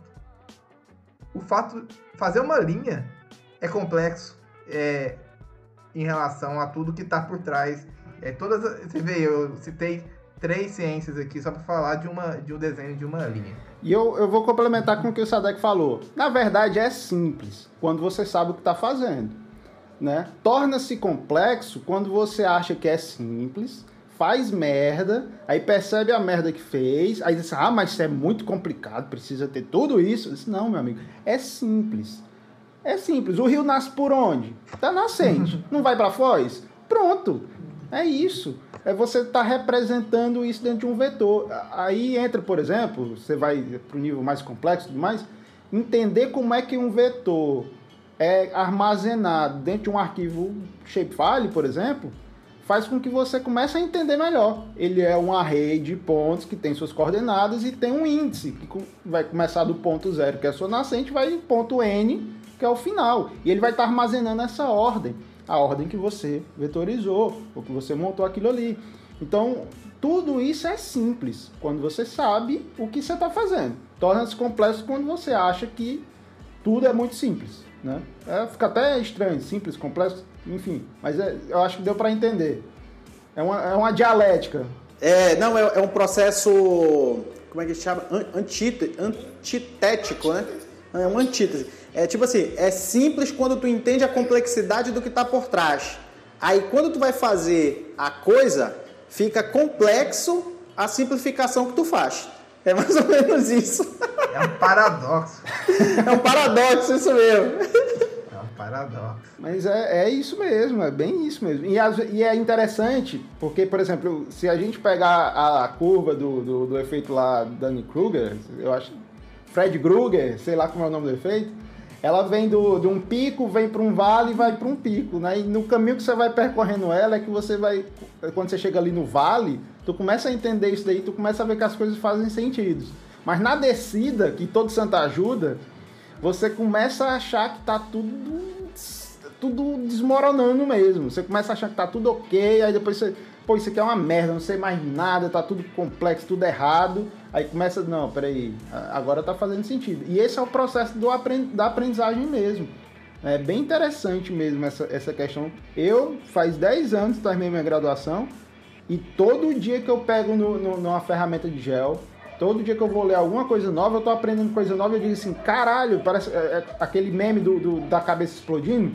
o fato de fazer uma linha é complexo é, em relação a tudo que está por trás. É, todas, você vê, eu citei três ciências aqui só para falar de, uma, de um desenho de uma linha. E eu, eu vou complementar com o que o Sadek falou. Na verdade, é simples quando você sabe o que está fazendo, né? Torna-se complexo quando você acha que é simples, faz merda, aí percebe a merda que fez, aí diz, ah, mas isso é muito complicado, precisa ter tudo isso. Eu disse, não, meu amigo, é simples. É simples. O rio nasce por onde? Tá nascente. Não vai para Foz? Pronto. É isso. É você estar tá representando isso dentro de um vetor. Aí entra, por exemplo, você vai para o nível mais complexo e tudo mais, entender como é que um vetor é armazenado dentro de um arquivo shapefile, por exemplo, faz com que você comece a entender melhor. Ele é um array de pontos que tem suas coordenadas e tem um índice, que vai começar do ponto zero, que é a sua nascente, vai em ponto N, que é o final. E ele vai estar tá armazenando essa ordem. A ordem que você vetorizou, ou que você montou aquilo ali. Então, tudo isso é simples, quando você sabe o que você está fazendo. Torna-se complexo quando você acha que tudo é muito simples, né? É, fica até estranho, simples, complexo, enfim. Mas é, eu acho que deu para entender. É uma, é uma dialética. É, não, é, é um processo, como é que se chama? Antite, antitético, né? É uma antítese. É tipo assim, é simples quando tu entende a complexidade do que está por trás. Aí quando tu vai fazer a coisa, fica complexo a simplificação que tu faz. É mais ou menos isso. É um paradoxo. É um paradoxo, isso mesmo. É um paradoxo. Mas é, é isso mesmo, é bem isso mesmo. E, as, e é interessante, porque, por exemplo, se a gente pegar a curva do, do, do efeito lá Dunning-Kruger, eu acho, Fred Krueger, sei lá como é o nome do efeito, ela vem do, de um pico, vem para um vale e vai para um pico, né? E no caminho que você vai percorrendo ela é que você vai, quando você chega ali no vale, tu começa a entender isso daí, tu começa a ver que as coisas fazem sentido. Mas na descida, que todo santo ajuda, você começa a achar que tá tudo, tudo desmoronando mesmo. Você começa a achar que tá tudo ok, aí depois você, pô, isso aqui é uma merda, não sei mais nada, tá tudo complexo, tudo errado. Aí começa, não, peraí, agora tá fazendo sentido. E esse é o processo do aprend- da aprendizagem mesmo. É bem interessante mesmo essa, essa questão. Eu, faz dez anos que terminei minha graduação, e todo dia que eu pego no, no, numa ferramenta de gel, todo dia que eu vou ler alguma coisa nova, eu tô aprendendo coisa nova, eu digo assim, caralho, parece é, é, aquele meme do, do, da cabeça explodindo.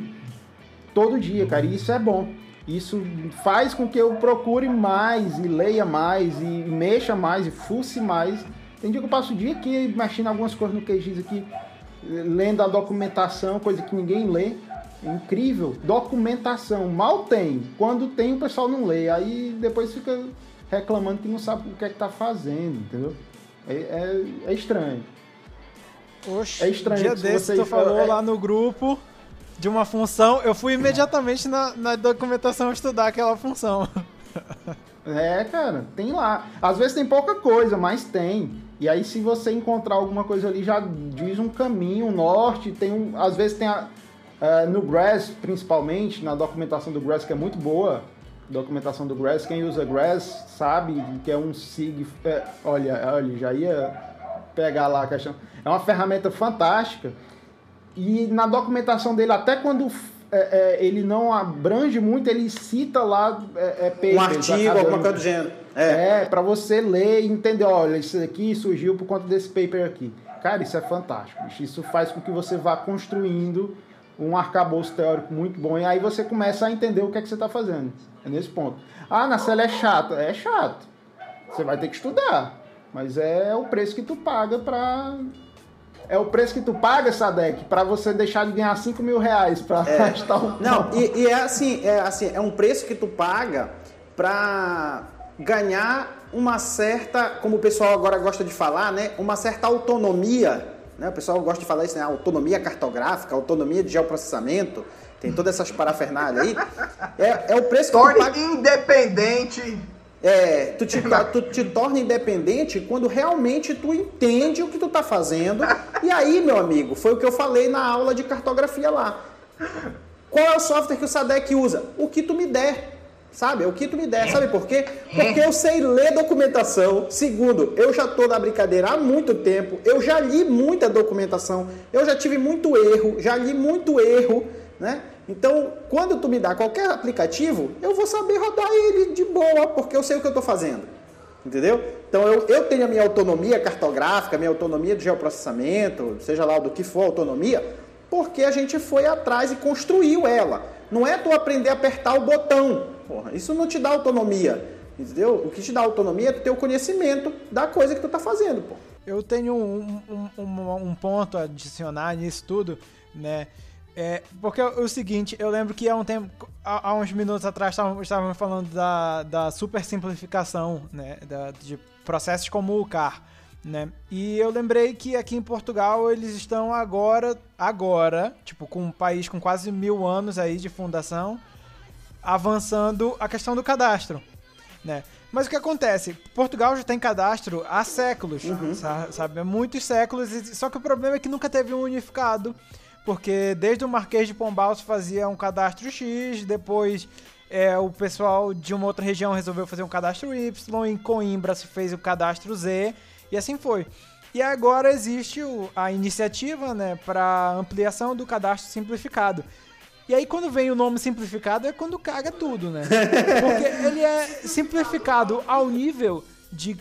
Todo dia, cara, e isso é bom. Isso faz com que eu procure mais, e leia mais, e mexa mais, e fuce mais. Tem dia que eu passo o dia aqui mexendo algumas coisas no Q G I S aqui, lendo a documentação, coisa que ninguém lê. Incrível. Documentação. Mal tem. Quando tem, o pessoal não lê. Aí depois fica reclamando que não sabe o que é que tá fazendo, entendeu? É, é, é estranho. Oxe, é estranho. dia desse vocês... tu falou é... lá no grupo de uma função, eu fui imediatamente na, na documentação estudar aquela função. É, cara, tem lá. Às vezes tem pouca coisa, mas tem. E aí se você encontrar alguma coisa ali, já diz um caminho, um norte. Tem um, às vezes tem a, uh, no Grass, principalmente, na documentação do Grass, que é muito boa. Documentação do Grass, quem usa Grass sabe que é um sig... É, olha, olha, já ia pegar lá a questão. É uma ferramenta fantástica. E na documentação dele, até quando é, é, ele não abrange muito, ele cita lá é, é, papers, um artigo, alguma coisa do gênero. É, é para você ler e entender, olha, isso aqui surgiu por conta desse paper aqui. Cara, isso é fantástico. Isso faz com que você vá construindo um arcabouço teórico muito bom, e aí você começa a entender o que é que você está fazendo. É nesse ponto. Ah, na cela é chato. É chato. Você vai ter que estudar. Mas é o preço que tu paga para... É o preço que tu paga, Sadek, para você deixar de ganhar cinco mil reais para é. gastar um... Não, e, e é, assim, é assim, é um preço que tu paga para ganhar uma certa, como o pessoal agora gosta de falar, né? Uma certa autonomia, né? O pessoal gosta de falar isso, né? Autonomia cartográfica, autonomia de geoprocessamento, tem todas essas parafernálias aí. É, é o preço que Torne tu paga... independente. É, tu te, tu te torna independente quando realmente tu entende o que tu tá fazendo. E aí, meu amigo, foi o que eu falei na aula de cartografia lá. Qual é o software que o Sadek usa? O que tu me der, sabe? O que tu me der. Sabe por quê? Porque eu sei ler documentação. Segundo, eu já tô na brincadeira há muito tempo. Eu já li muita documentação. Eu já tive muito erro. Já li muito erro, né? Então, quando tu me dá qualquer aplicativo, eu vou saber rodar ele de boa, porque eu sei o que eu estou fazendo. Entendeu? Então, eu, eu tenho a minha autonomia cartográfica, a minha autonomia de geoprocessamento, seja lá do que for autonomia, porque a gente foi atrás e construiu ela. Não é tu aprender a apertar o botão. Porra, isso não te dá autonomia. Entendeu? O que te dá autonomia é tu ter o conhecimento da coisa que tu está fazendo. Pô. Eu tenho um, um, um, um ponto a adicionar nisso tudo, né? É, porque é o seguinte, eu lembro que há um tempo, há, há uns minutos atrás estávamos falando da, da super simplificação, né, da, de processos como o C A R, né, e eu lembrei que aqui em Portugal eles estão agora, agora, tipo, com um país com quase mil anos aí de fundação, avançando a questão do cadastro, né. Mas o que acontece? Portugal já tem cadastro há séculos, uhum. sabe, há muitos séculos, só que o problema é que nunca teve um unificado. Porque desde o Marquês de Pombal se fazia um cadastro X, depois é, o pessoal de uma outra região resolveu fazer um cadastro Y, em Coimbra se fez o cadastro Z, e assim foi. E agora existe o, a iniciativa, né, para ampliação do cadastro simplificado. E aí quando vem o nome simplificado é quando caga tudo, né? Porque ele é simplificado ao nível de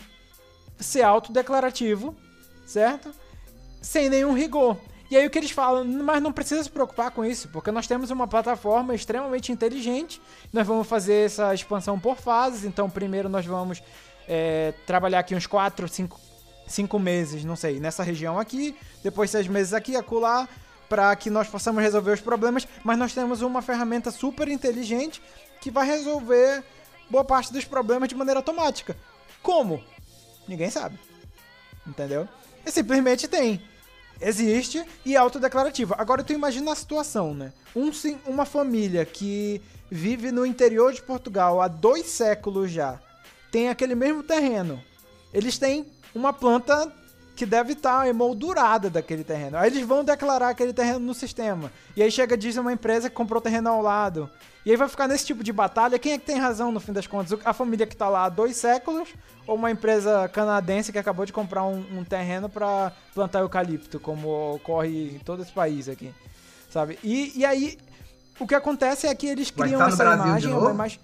ser autodeclarativo, certo? Sem nenhum rigor. E aí o que eles falam, mas não precisa se preocupar com isso, porque nós temos uma plataforma extremamente inteligente, nós vamos fazer essa expansão por fases, então primeiro nós vamos é, trabalhar aqui uns quatro, cinco meses, não sei, nessa região aqui, depois seis meses aqui, acolá, para que nós possamos resolver os problemas, mas nós temos uma ferramenta super inteligente que vai resolver boa parte dos problemas de maneira automática. Como? Ninguém sabe. Entendeu? E simplesmente tem. Existe e é autodeclarativa. Agora tu imagina a situação, né? Um, uma família que vive no interior de Portugal há dois séculos já, tem aquele mesmo terreno. Eles têm uma planta que deve estar emoldurada daquele terreno. Aí eles vão declarar aquele terreno no sistema. E aí chega, diz uma empresa que comprou o terreno ao lado. E aí vai ficar nesse tipo de batalha. Quem é que tem razão no fim das contas? A família que está lá há dois séculos ou uma empresa canadense que acabou de comprar um, um terreno para plantar eucalipto, como ocorre em todo esse país aqui, sabe? E, e aí, o que acontece é que eles criam tá essa Brasil imagem... De novo? Imagem...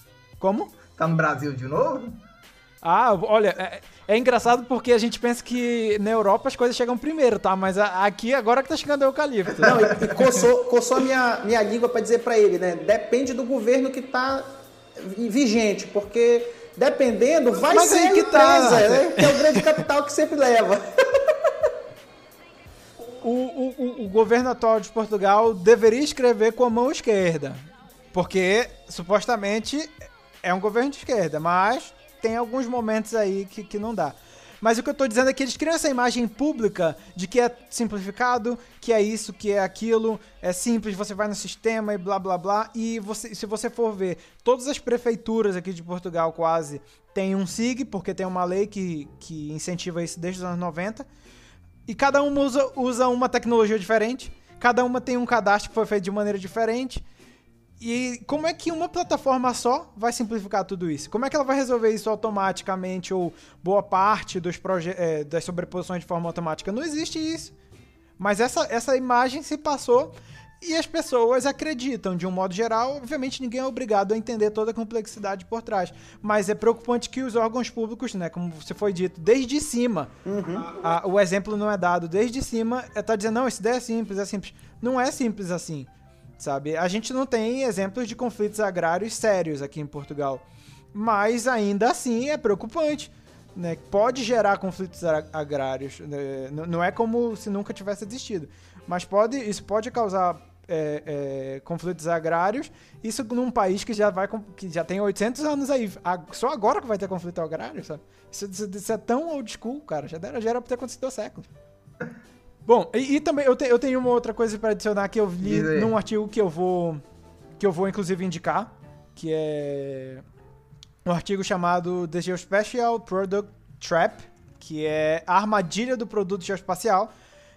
Como? Tá no Brasil de novo? Ah, olha, é, é engraçado porque a gente pensa que na Europa as coisas chegam primeiro, tá? Mas a, aqui agora que tá chegando o eucalipto. Não, e, e coçou, coçou a minha, minha língua para dizer para ele, né? Depende do governo que tá vigente, porque dependendo vai Mas ser aí a que empresa, tá. né? Que é o grande capital que sempre leva. o, o, o governo atual de Portugal deveria escrever com a mão esquerda, porque supostamente é um governo de esquerda, mas tem alguns momentos aí que, que não dá. Mas o que eu tô dizendo é que eles criam essa imagem pública de que é simplificado, que é isso, que é aquilo, é simples, você vai no sistema e blá blá blá. E você, se você for ver, todas as prefeituras aqui de Portugal quase têm um S I G, porque tem uma lei que, que incentiva isso desde os anos noventa. E cada uma usa, usa uma tecnologia diferente, cada uma tem um cadastro que foi feito de maneira diferente. E como é que uma plataforma só vai simplificar tudo isso? Como é que ela vai resolver isso automaticamente ou boa parte dos proje- é, das sobreposições de forma automática? Não existe isso. Mas essa, essa imagem se passou e as pessoas acreditam de um modo geral. Obviamente ninguém é obrigado a entender toda a complexidade por trás. Mas é preocupante que os órgãos públicos, né, como você foi dito, desde cima, uhum. a, o exemplo não é dado, desde cima, é tá dizendo, não, isso daí é simples, é simples. Não é simples assim. Sabe? A gente não tem exemplos de conflitos agrários sérios aqui em Portugal, mas ainda assim é preocupante, né? Pode gerar conflitos agrários, né? Não é como se nunca tivesse existido, mas pode, isso pode causar é, é, conflitos agrários, isso num país que já, vai, que já tem oitocentos anos aí, só agora que vai ter conflito agrário, sabe? Isso, isso, isso é tão old school, cara, já era, já era pra ter acontecido há séculos. Bom, e, e também eu, te, eu tenho uma outra coisa para adicionar que eu li num artigo que eu vou que eu vou inclusive indicar, que é um artigo chamado The Geospatial Product Trap, que é a armadilha do produto geoespacial,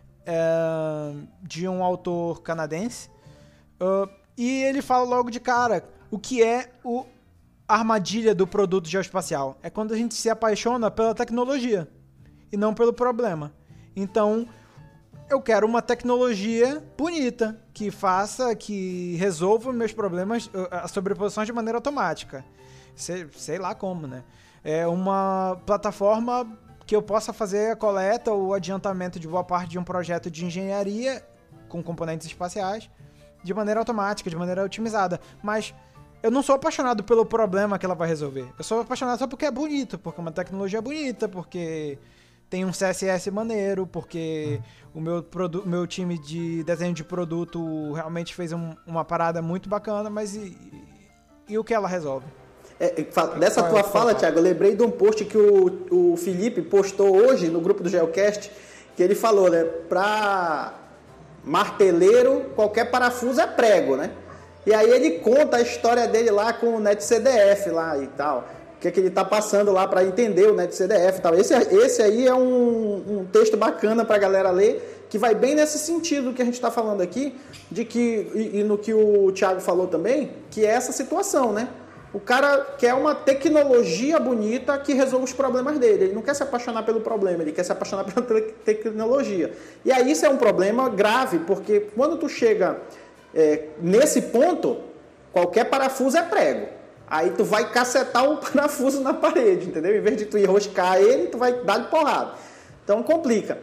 é, de um autor canadense. Uh, e ele fala logo de cara o que é o armadilha do produto geoespacial. É quando a gente se apaixona pela tecnologia e não pelo problema. Então, eu quero uma tecnologia bonita, que faça, que resolva meus problemas, as sobreposições de maneira automática. Sei, sei lá como, né? É uma plataforma que eu possa fazer a coleta ou adiantamento de boa parte de um projeto de engenharia com componentes espaciais de maneira automática, de maneira otimizada. Mas eu não sou apaixonado pelo problema que ela vai resolver. Eu sou apaixonado só porque é bonito, porque é uma tecnologia bonita, porque tem um C S S maneiro, porque o meu, produ- meu time de desenho de produto realmente fez um, uma parada muito bacana, mas e, e, e o que ela resolve? É, dessa tua fala, Thiago, eu lembrei de um post que o, o Felipe postou hoje no grupo do Geocast, que ele falou, né, para marteleiro, qualquer parafuso é prego, né? E aí ele conta a história dele lá com o NetCDF lá e tal. O que é que ele está passando lá para entender o NetCDF e tal. Esse, esse aí é um, um texto bacana para a galera ler, que vai bem nesse sentido que a gente está falando aqui, de que, e, e no que o Thiago falou também, que é essa situação, né? O cara quer uma tecnologia bonita que resolva os problemas dele. Ele não quer se apaixonar pelo problema, ele quer se apaixonar pela te- tecnologia. E aí isso é um problema grave, porque quando tu chega é, nesse ponto, qualquer parafuso é prego. Aí tu vai cacetar o parafuso na parede, entendeu? Em vez de tu enroscar ele, tu vai dar de porrada. Então complica.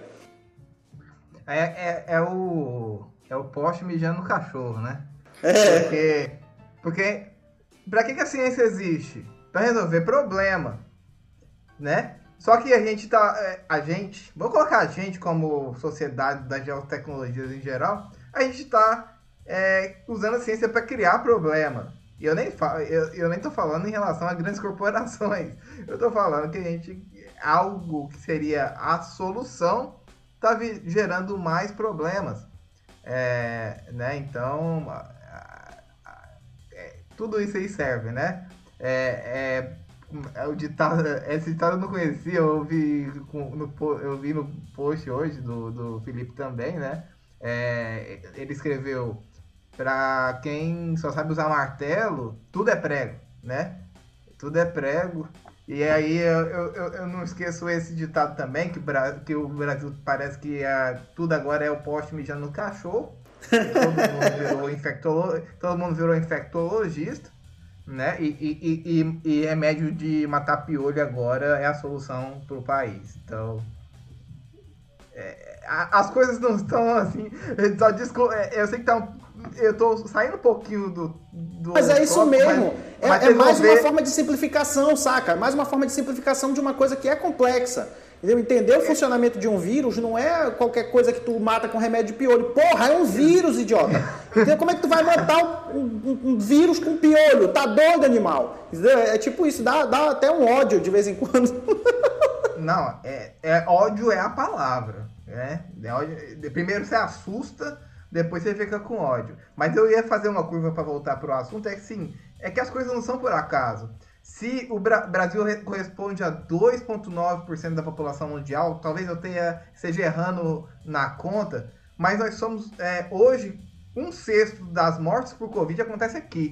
É, é, é o é o poste mijando no cachorro, né? É. Porque, porque pra que, que a ciência existe? Pra resolver problema, né? Só que a gente tá... A gente... Vou colocar a gente como sociedade das geotecnologias em geral. A gente tá é, usando a ciência para criar problema. E eu nem, falo, eu, eu nem tô falando em relação a grandes corporações. Eu tô falando que a gente... Algo que seria a solução tá vi, gerando mais problemas. É, né? Então... Tudo isso aí serve, né? É, é, é o ditado, esse ditado eu não conhecia, eu ouvi no, eu vi no post hoje do, do Felipe também, né? É, ele escreveu: para quem só sabe usar martelo, tudo é prego, né? Tudo é prego. E aí eu, eu, eu não esqueço esse ditado também, que, que o Brasil parece que é, tudo agora é o poste mijando no cachorro. Todo mundo virou infectolo... todo mundo virou infectologista, né? E, e, e, e remédio de matar piolho agora é a solução para o país. Então, é, as coisas não estão assim. Só disco... Eu sei que tá um... eu tô saindo um pouquinho do... do mas é isso tópico, mesmo. Mas, mas é é mais ver... uma forma de simplificação, saca? Mais uma forma de simplificação de uma coisa que é complexa. Entendeu? Entender o funcionamento de um vírus não é qualquer coisa que tu mata com remédio de piolho. Porra, é um vírus, idiota. Entendeu? Como é que tu vai matar um, um, um vírus com piolho? Tá doido, animal? Entendeu? É tipo isso, dá, dá até um ódio de vez em quando. Não, é, é ódio é a palavra, né? É ódio, primeiro você assusta, depois você fica com ódio. Mas eu ia fazer uma curva para voltar pro assunto, é que sim, é que as coisas não são por acaso. Se o Bra- Brasil corresponde a dois vírgula nove por cento da população mundial, talvez eu tenha, esteja errando na conta, mas nós somos, é, hoje, um sexto das mortes por Covid acontece aqui.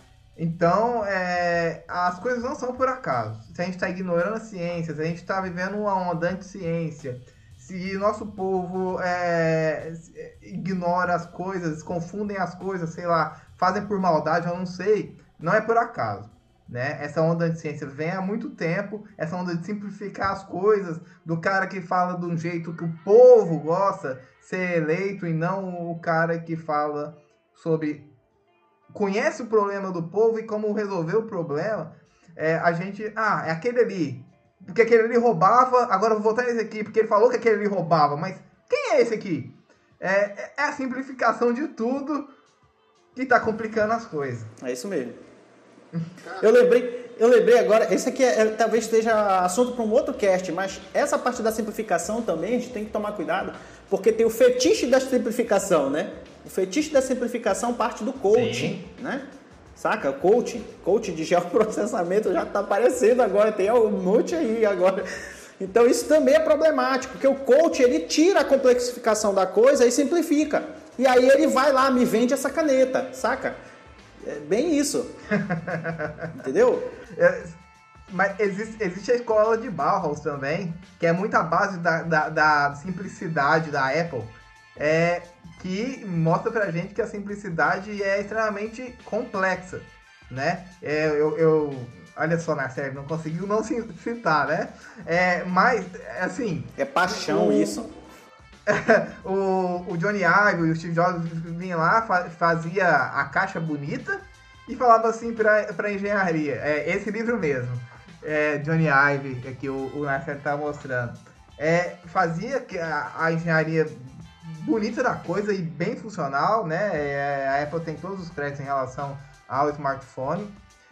Então, é, as coisas não são por acaso. Se a gente está ignorando a ciência, se a gente está vivendo uma onda anti-ciência, se nosso povo é, ignora as coisas, confundem as coisas, sei lá, fazem por maldade, eu não sei, não é por acaso. Né? Essa onda de ciência vem há muito tempo, essa onda de simplificar as coisas, do cara que fala de um jeito que o povo gosta ser eleito e não o cara que fala sobre, conhece o problema do povo e como resolver o problema. É, a gente, ah, é aquele ali, porque aquele ali roubava, agora eu vou voltar nesse aqui, porque ele falou que aquele ali roubava, mas quem é esse aqui? É, é a simplificação de tudo que está complicando as coisas. É isso mesmo. Eu lembrei, eu lembrei agora, esse aqui é, é, talvez esteja assunto para um outro cast, mas essa parte da simplificação também a gente tem que tomar cuidado, porque tem o fetiche da simplificação, né? O fetiche da simplificação parte do coaching, Sim. né? Saca? O coaching, coaching de geoprocessamento já está aparecendo agora, tem um monte aí agora. Então isso também é problemático, porque o coaching ele tira a complexificação da coisa e simplifica. E aí ele vai lá, me vende essa caneta, saca? É bem isso. Entendeu? É, mas existe, existe a escola de Bauhaus também, que é muito a base da, da, da simplicidade da Apple, é, que mostra pra gente que a simplicidade é extremamente complexa, né? É, eu, eu, olha só, Marcelo, não conseguiu não citar, né? É, mas, assim... É paixão o, isso. o, o Johnny Ive e o Steve Jobs vinham lá, fa- fazia a caixa bonita e falava assim pra, pra engenharia. É, esse livro mesmo, é, Johnny Ive, é que o, o Marcelo tá mostrando. É, fazia a, a engenharia bonita da coisa e bem funcional, né? É, a Apple tem todos os créditos em relação ao smartphone.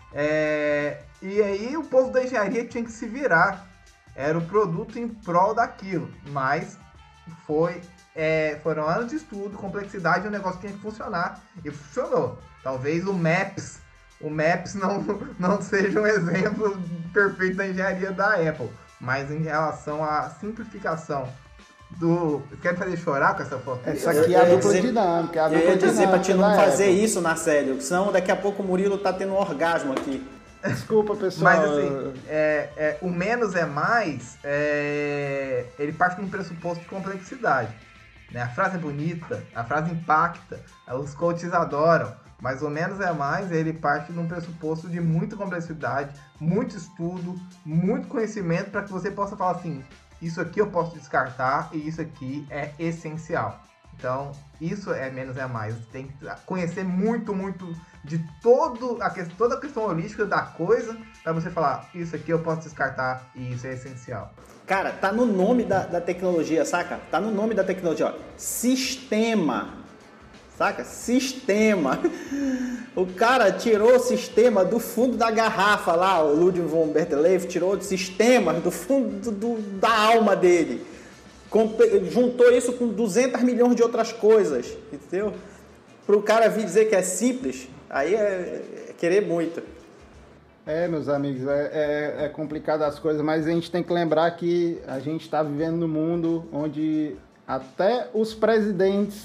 É, e aí o povo da engenharia tinha que se virar. Era o produto em prol daquilo, mas foi, é, foram anos de estudo, complexidade, o negócio tinha que funcionar e funcionou. Talvez o Maps, o Maps não, não seja um exemplo perfeito da engenharia da Apple, mas em relação à simplificação do... Quer fazer chorar com essa foto? Essa aqui é a dupla dinâmica. É a eu ia dizer pra ti não fazer Apple. isso na série, senão daqui a pouco o Murilo tá tendo um orgasmo aqui. Desculpa, pessoal. Mas assim, é, é, o menos é mais, é, ele parte de um pressuposto de complexidade. Né? A frase é bonita, a frase impacta, os coaches adoram, mas o menos é mais, ele parte de um pressuposto de muita complexidade, muito estudo, muito conhecimento para que você possa falar assim, isso aqui eu posso descartar e isso aqui é essencial. Então, isso é menos é mais. Você tem que conhecer muito, muito de todo a questão, toda a questão holística da coisa para você falar, isso aqui eu posso descartar e isso é essencial. Cara, tá no nome da, da tecnologia, saca? Tá no nome da tecnologia, ó. Sistema. Saca? Sistema. O cara tirou o sistema do fundo da garrafa lá, o Ludwig von Berteleff tirou o sistema do fundo do, da alma dele. Juntou isso com duzentos milhões de outras coisas, entendeu? Para o cara vir dizer que é simples, aí é, é querer muito. É, meus amigos, é, é, é complicado as coisas, mas a gente tem que lembrar que a gente está vivendo num mundo onde até os presidentes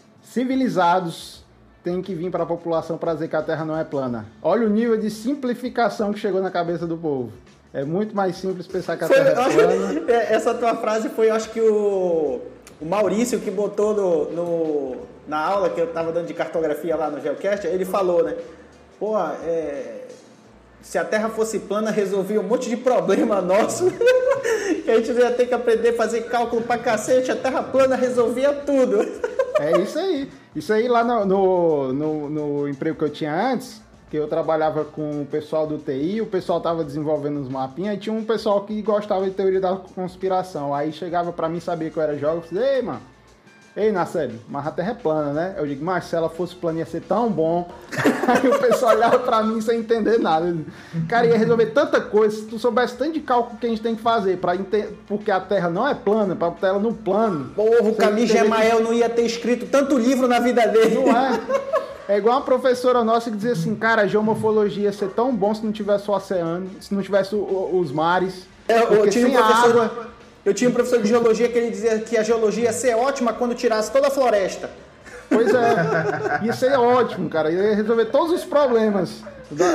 civilizados têm que vir para a população para dizer que a Terra não é plana. Olha o nível de simplificação que chegou na cabeça do povo. É muito mais simples pensar que a foi, Terra é plana. Essa tua frase foi, eu acho que o, o Maurício que botou no, no, na aula que eu estava dando de cartografia lá no Geocast, ele falou, né? Pô, é, se a Terra fosse plana, resolvia um monte de problema nosso, que a gente ia ter que aprender a fazer cálculo pra cacete, a Terra plana resolvia tudo. É isso aí. Isso aí lá no, no, no, no emprego que eu tinha antes, que eu trabalhava com o pessoal do T I, o pessoal tava desenvolvendo uns mapinhas, e tinha um pessoal que gostava de teoria da conspiração. Aí chegava pra mim, sabia que eu era jovem, eu falei, ei, mano, ei, Nacélio, mas a Terra é plana, né? Eu digo, mas se ela fosse plana ia ser tão bom. Aí o pessoal olhava pra mim sem entender nada. Cara, ia resolver tanta coisa, se tu soubesse tanto de cálculo que a gente tem que fazer, pra ente... porque a Terra não é plana, pra botar ela no plano. Porra, o Camille Gemael que... não ia ter escrito tanto livro na vida dele. Não é? É igual uma professora nossa que dizia assim, cara, a geomorfologia ia ser tão bom se não tivesse o oceano, se não tivesse o, os mares. É, eu, tinha um professor, água... eu tinha um professor de geologia que ele dizia que a geologia ia ser ótima quando tirasse toda a floresta. Pois é, ia ser ótimo, cara, ia resolver todos os problemas.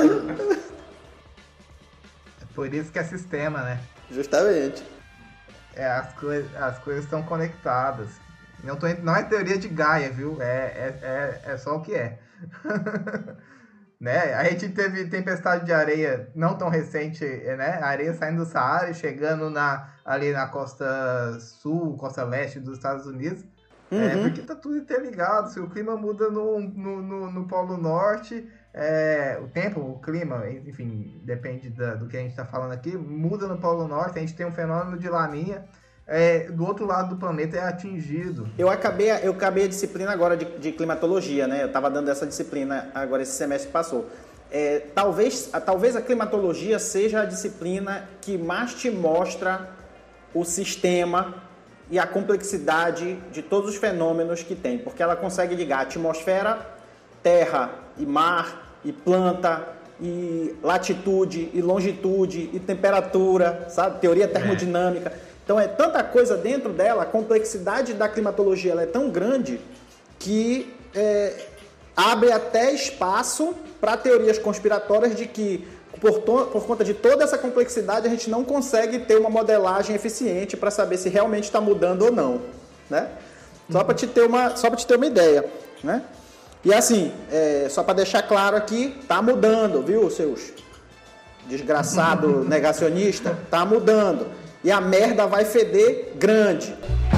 É por isso que é sistema, né? Justamente. É, as, coi as coisas estão conectadas. Não, tô, não é teoria de Gaia, viu? É, é, é, é só o que é. Né? A gente teve tempestade de areia não tão recente, né? A areia saindo do Saara e chegando na, ali na costa sul, costa leste dos Estados Unidos. Uhum. É, porque tá tudo interligado. Se o clima muda no, no, no, no Polo Norte, é, o tempo, o clima, enfim, depende da, do que a gente está falando aqui, muda no Polo Norte, a gente tem um fenômeno de laninha. É, do outro lado do planeta é atingido. Eu acabei, eu acabei a disciplina agora de, de climatologia, né? Eu estava dando essa disciplina agora esse semestre que passou. É, talvez, a, talvez a climatologia seja a disciplina que mais te mostra o sistema e a complexidade de todos os fenômenos que tem, porque ela consegue ligar atmosfera, terra e mar e planta e latitude e longitude e temperatura, sabe? Teoria termodinâmica. É. Então é tanta coisa dentro dela, a complexidade da climatologia ela é tão grande que é, abre até espaço para teorias conspiratórias de que por, por conta de toda essa complexidade a gente não consegue ter uma modelagem eficiente para saber se realmente está mudando ou não, né? Só para te ter uma, só para te ter uma ideia, né? E assim, é, só para deixar claro aqui, tá mudando, viu, seus desgraçado negacionista, tá mudando. E a merda vai feder grande.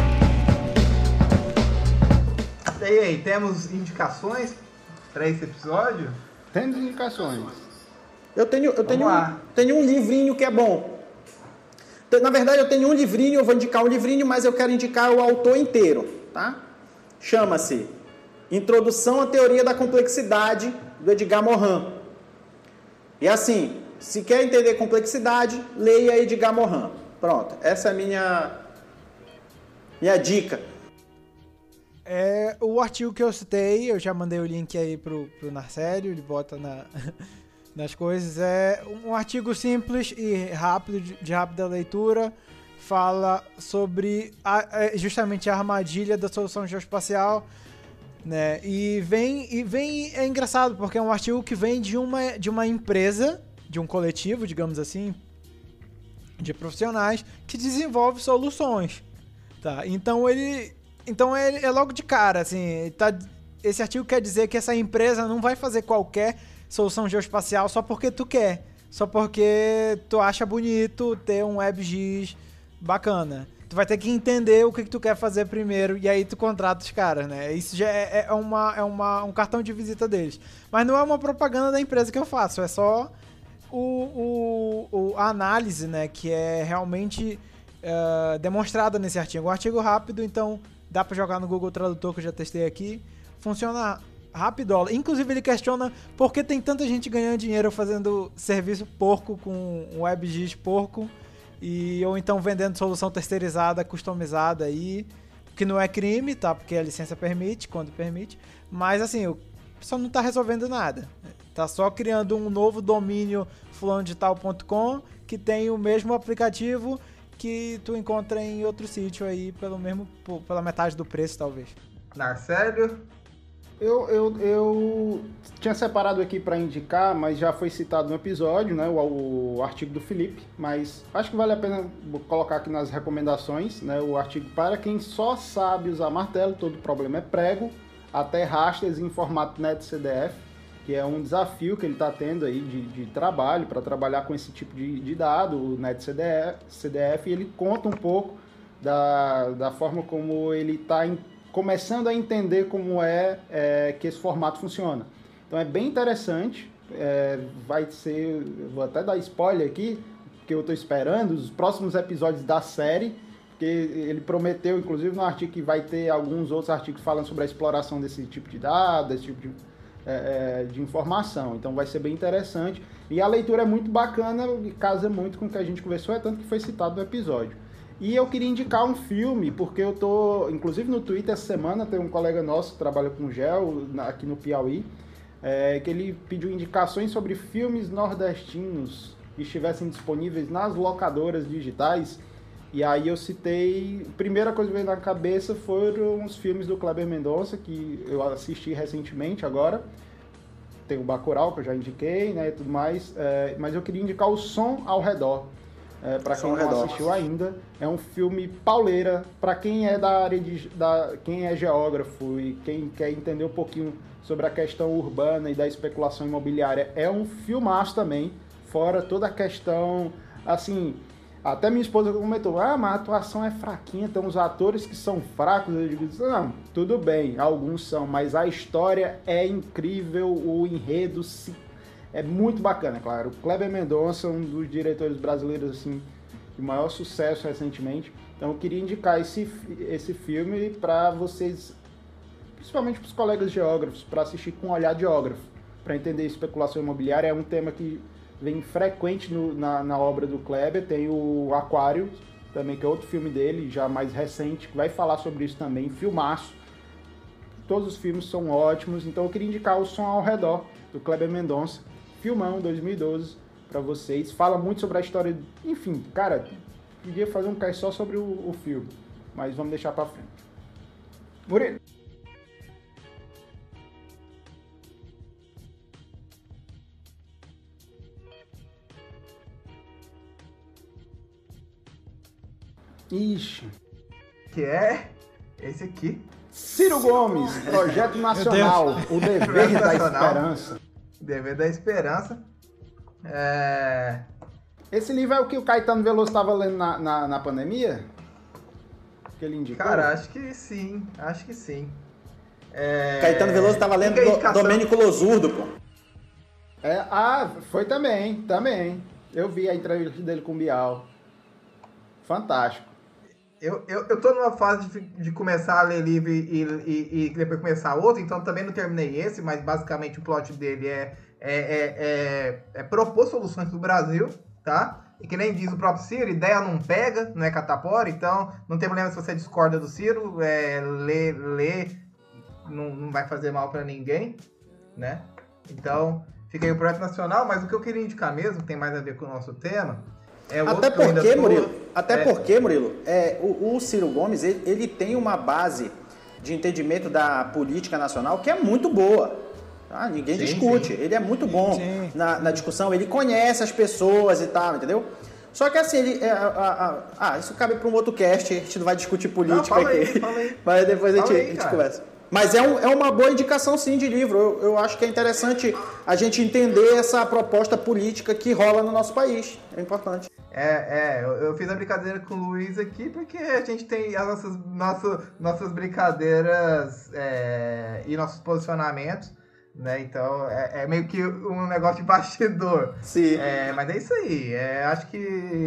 E aí, temos indicações para esse episódio? Temos indicações. Eu tenho, eu tenho, um, tenho um livrinho que é bom. Na verdade, eu tenho um livrinho, eu vou indicar um livrinho, mas eu quero indicar o autor inteiro, tá? Chama-se Introdução à Teoria da Complexidade, do Edgar Morin. E assim, se quer entender complexidade, leia Edgar Morin. Pronto, essa é a minha, minha dica. É, o artigo que eu citei, eu já mandei o link aí pro, pro Narcélio, ele bota na, nas coisas. É um artigo simples e rápido, de, de rápida leitura, fala sobre a, justamente a armadilha da solução geoespacial, né? E vem, e vem, é engraçado, porque é um artigo que vem de uma, de uma empresa, de um coletivo, digamos assim, de profissionais que desenvolve soluções, tá? Então ele, então ele é logo de cara, assim, tá, esse artigo quer dizer que essa empresa não vai fazer qualquer solução geoespacial só porque tu quer, só porque tu acha bonito ter um WebGIS bacana. Tu vai ter que entender o que, que tu quer fazer primeiro e aí tu contrata os caras, né? Isso já é, é, uma, é uma, um cartão de visita deles. Mas não é uma propaganda da empresa que eu faço, é só O, o, o, a análise, né, que é realmente uh, demonstrada nesse artigo. Um artigo rápido, então dá para jogar no Google Tradutor, que eu já testei aqui. Funciona rápido. Inclusive ele questiona por que tem tanta gente ganhando dinheiro fazendo serviço porco com WebGIS porco, e, ou então vendendo solução terceirizada, customizada aí, que não é crime, tá? Porque a licença permite, quando permite. Mas assim, o pessoal não tá resolvendo nada. Tá só criando um novo domínio fulano de tal ponto com que tem o mesmo aplicativo que tu encontra em outro sítio aí pelo mesmo, pela metade do preço, talvez. Narcélio? Eu, eu, eu tinha separado aqui para indicar, mas já foi citado no episódio, né, o, o artigo do Felipe, mas acho que vale a pena colocar aqui nas recomendações, né, o artigo para quem só sabe usar martelo, todo problema é prego, até rasters em formato NetCDF, que é um desafio que ele está tendo aí de, de trabalho, para trabalhar com esse tipo de, de dado, o NetCDF, C D F, e ele conta um pouco da, da forma como ele está começando a entender como é, é que esse formato funciona. Então é bem interessante, é, vai ser, vou até dar spoiler aqui, porque eu estou esperando os próximos episódios da série, porque ele prometeu, inclusive no artigo, que vai ter alguns outros artigos falando sobre a exploração desse tipo de dados, desse tipo de, é, de informação, então vai ser bem interessante, e a leitura é muito bacana e casa muito com o que a gente conversou, é tanto que foi citado no episódio. E eu queria indicar um filme, porque eu tô, inclusive no Twitter essa semana, tem um colega nosso que trabalha com gel aqui no Piauí, é, que ele pediu indicações sobre filmes nordestinos que estivessem disponíveis nas locadoras digitais. E aí eu citei, a primeira coisa que veio na cabeça foram os filmes do Kleber Mendonça, que eu assisti recentemente agora. Tem o Bacurau, que eu já indiquei, né, e tudo mais, é, mas eu queria indicar o Som ao Redor. É, para quem não redor. assistiu ainda, é um filme pauleira, para quem é da área de, da, quem é geógrafo e quem quer entender um pouquinho sobre a questão urbana e da especulação imobiliária, é um filmaço também, fora toda a questão, assim, até minha esposa comentou, ah, mas a atuação é fraquinha, tem uns atores que são fracos, eu digo, não, tudo bem, alguns são, mas a história é incrível, o enredo se é muito bacana, claro. O Kleber Mendonça, um dos diretores brasileiros assim, de maior sucesso recentemente. Então eu queria indicar esse, esse filme para vocês, principalmente para os colegas geógrafos, para assistir com um olhar de geógrafo, para entender especulação imobiliária. É um tema que vem frequente no, na, na obra do Kleber. Tem o Aquário, também, que é outro filme dele, já mais recente, que vai falar sobre isso também, filmaço. Todos os filmes são ótimos, então eu queria indicar o Som ao Redor, do Kleber Mendonça. Filmão, dois mil e doze, para vocês. Fala muito sobre a história. Enfim, cara, podia fazer um cast só sobre o, o filme, mas vamos deixar para frente. Murilo. Ixi. Que é esse aqui. Ciro Gomes, Projeto Nacional, O Dever da Esperança. Dever da Esperança. É... Esse livro é o que o Caetano Veloso estava lendo na, na, na pandemia? Que ele indicou? Cara, acho que sim. Acho que sim. É... Caetano Veloso estava lendo do, Domênico Losurdo, pô. É, ah, foi também, também. Eu vi a entrevista dele com o Bial. Fantástico. Eu, eu, eu tô numa fase de, de começar a ler livro e, e, e depois começar outro, então também não terminei esse, mas basicamente o plot dele é, é, é, é, é propor soluções pro Brasil, tá? E que nem diz o próprio Ciro, ideia não pega, não é catapora, então não tem problema se você discorda do Ciro, é, ler, ler não, não vai fazer mal pra ninguém, né? Então, fica aí o Projeto Nacional, mas o que eu queria indicar mesmo, que tem mais a ver com o nosso tema, é o até outro porque, tô... Murilo, até é. porque, Murilo, é, o, o Ciro Gomes, ele, ele tem uma base de entendimento da política nacional que é muito boa. Tá? Ninguém sim, discute. Sim. Ele é muito bom na, na discussão, ele conhece as pessoas e tal, entendeu? Só que assim, ele, é, a, a, a, ah, isso cabe para um outro cast, a gente não vai discutir política não, fala aí, aqui. Fala aí. Mas depois fala a gente, aí, a gente conversa. Mas é, um, é uma boa indicação, sim, de livro. Eu, eu acho que é interessante a gente entender essa proposta política que rola no nosso país. É importante. É, é eu, eu fiz a brincadeira com o Luiz aqui porque a gente tem as nossas, nosso, nossas brincadeiras é, e nossos posicionamentos, né? Então, é, é meio que um negócio de bastidor. Sim. É, mas é isso aí. É, acho que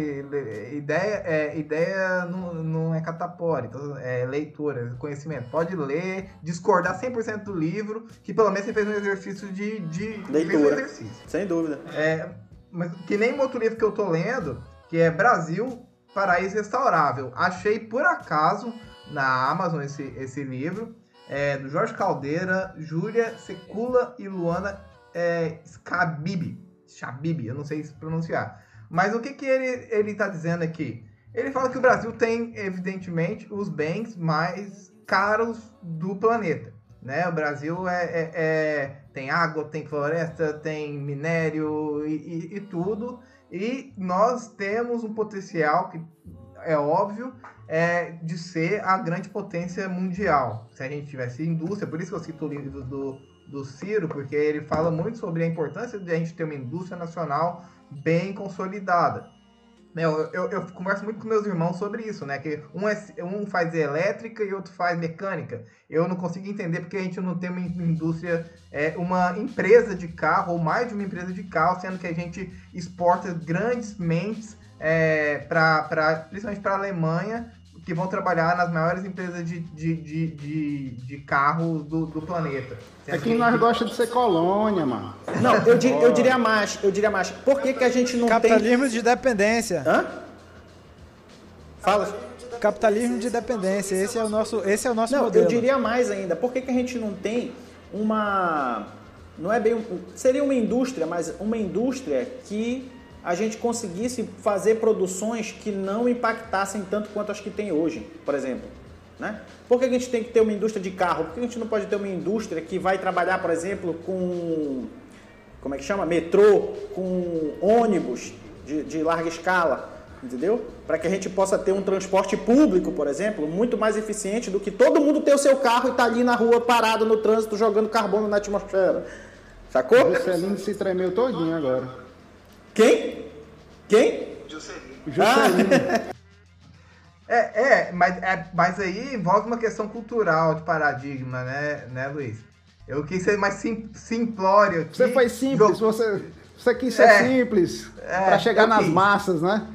ideia, é, ideia não, não é catapora, então é leitura, conhecimento. Pode ler, discordar cem por cento do livro, que pelo menos você fez um exercício de... de leitura, fez um exercício. Sem dúvida. É, mas que nem um outro livro que eu tô lendo, que é Brasil, Paraíso Restaurável. Achei por acaso na Amazon esse, esse livro. É, do Jorge Caldeira, Júlia Secula e Luana é, Schabib. Schabib, eu não sei se pronunciar. Mas o que, que ele, ele tá dizendo aqui? Ele fala que o Brasil tem, evidentemente, os bens mais caros do planeta. Né? O Brasil é, é, é, tem água, tem floresta, tem minério e, e, e tudo. E nós temos um potencial que é óbvio, é, de ser a grande potência mundial. Se a gente tivesse indústria, por isso que eu cito o livro do, do Ciro, porque ele fala muito sobre a importância de a gente ter uma indústria nacional bem consolidada. Eu, eu, eu converso muito com meus irmãos sobre isso, né? Que um, é, um faz elétrica e outro faz mecânica. Eu não consigo entender porque a gente não tem uma indústria, é, uma empresa de carro, ou mais de uma empresa de carro, sendo que a gente exporta grandes mentes, é, pra, pra, principalmente para a Alemanha, que vão trabalhar nas maiores empresas de, de, de, de, de carros do, do planeta. É que nós gostamos de ser colônia, mano. Não, eu, dir, eu diria mais, eu diria mais. Por que, que a gente não Capitalismo tem... de dependência. Hã? Fala. Capitalismo de dependência, esse é o nosso, esse é o nosso Não, modelo. eu diria mais ainda. Por que, que a gente não tem uma... Não é bem... Um, seria uma indústria, mas uma indústria que a gente conseguisse fazer produções que não impactassem tanto quanto as que tem hoje, por exemplo. Né? Por que a gente tem que ter uma indústria de carro? Por que a gente não pode ter uma indústria que vai trabalhar, por exemplo, com... Como é que chama? Metrô, com ônibus de, de larga escala, entendeu? Para que a gente possa ter um transporte público, por exemplo, muito mais eficiente do que todo mundo ter o seu carro e estar tá ali na rua parado no trânsito jogando carbono na atmosfera. Sacou? O Juscelino se tremeu todinho agora. Quem? Quem? Juscelino. Juscelino. Ah. É, é, mas, é, mas aí envolve uma questão cultural de paradigma, né, né, Luiz? Eu quis ser mais sim, simplório aqui. Você foi simples, Jog... você, você quis ser é, simples é, para chegar nas quis. massas, né?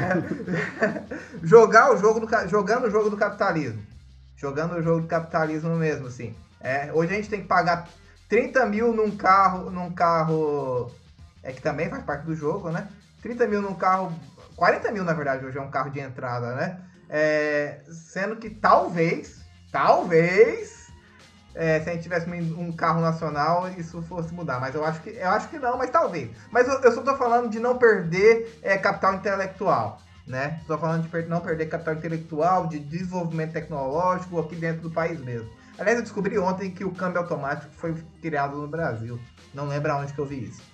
É. Jogar o jogo do, jogando o jogo do capitalismo. Jogando o jogo do capitalismo mesmo, assim. É, hoje a gente tem que pagar trinta mil num carro, num carro... É que também faz parte do jogo, né? trinta mil num carro... quarenta mil, na verdade, hoje é um carro de entrada, né? É, sendo que talvez, talvez, é, se a gente tivesse um, um carro nacional, isso fosse mudar. Mas eu acho que, eu acho que não, mas talvez. Mas eu, eu só tô falando de não perder é, capital intelectual, né? Tô falando de per- não perder capital intelectual, de desenvolvimento tecnológico aqui dentro do país mesmo. Aliás, eu descobri ontem que o câmbio automático foi criado no Brasil. Não lembro aonde que eu vi isso.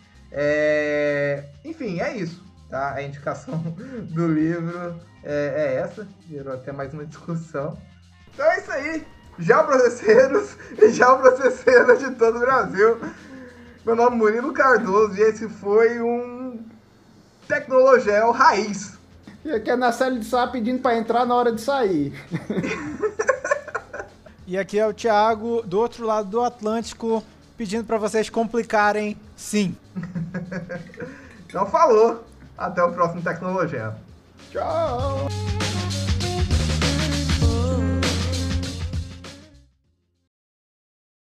É... Enfim, é isso. Tá? A indicação do livro é, é essa. Gerou até mais uma discussão. Então é isso aí. Já processeiros e já processeiras de todo o Brasil. Meu nome é Murilo Cardoso e esse foi um Tecnologel raiz. E aqui é na série de sá pedindo para entrar na hora de sair. E aqui é o Thiago, do outro lado do Atlântico, pedindo para vocês complicarem sim. Então falou. Até o próximo Tecnologel. Tchau!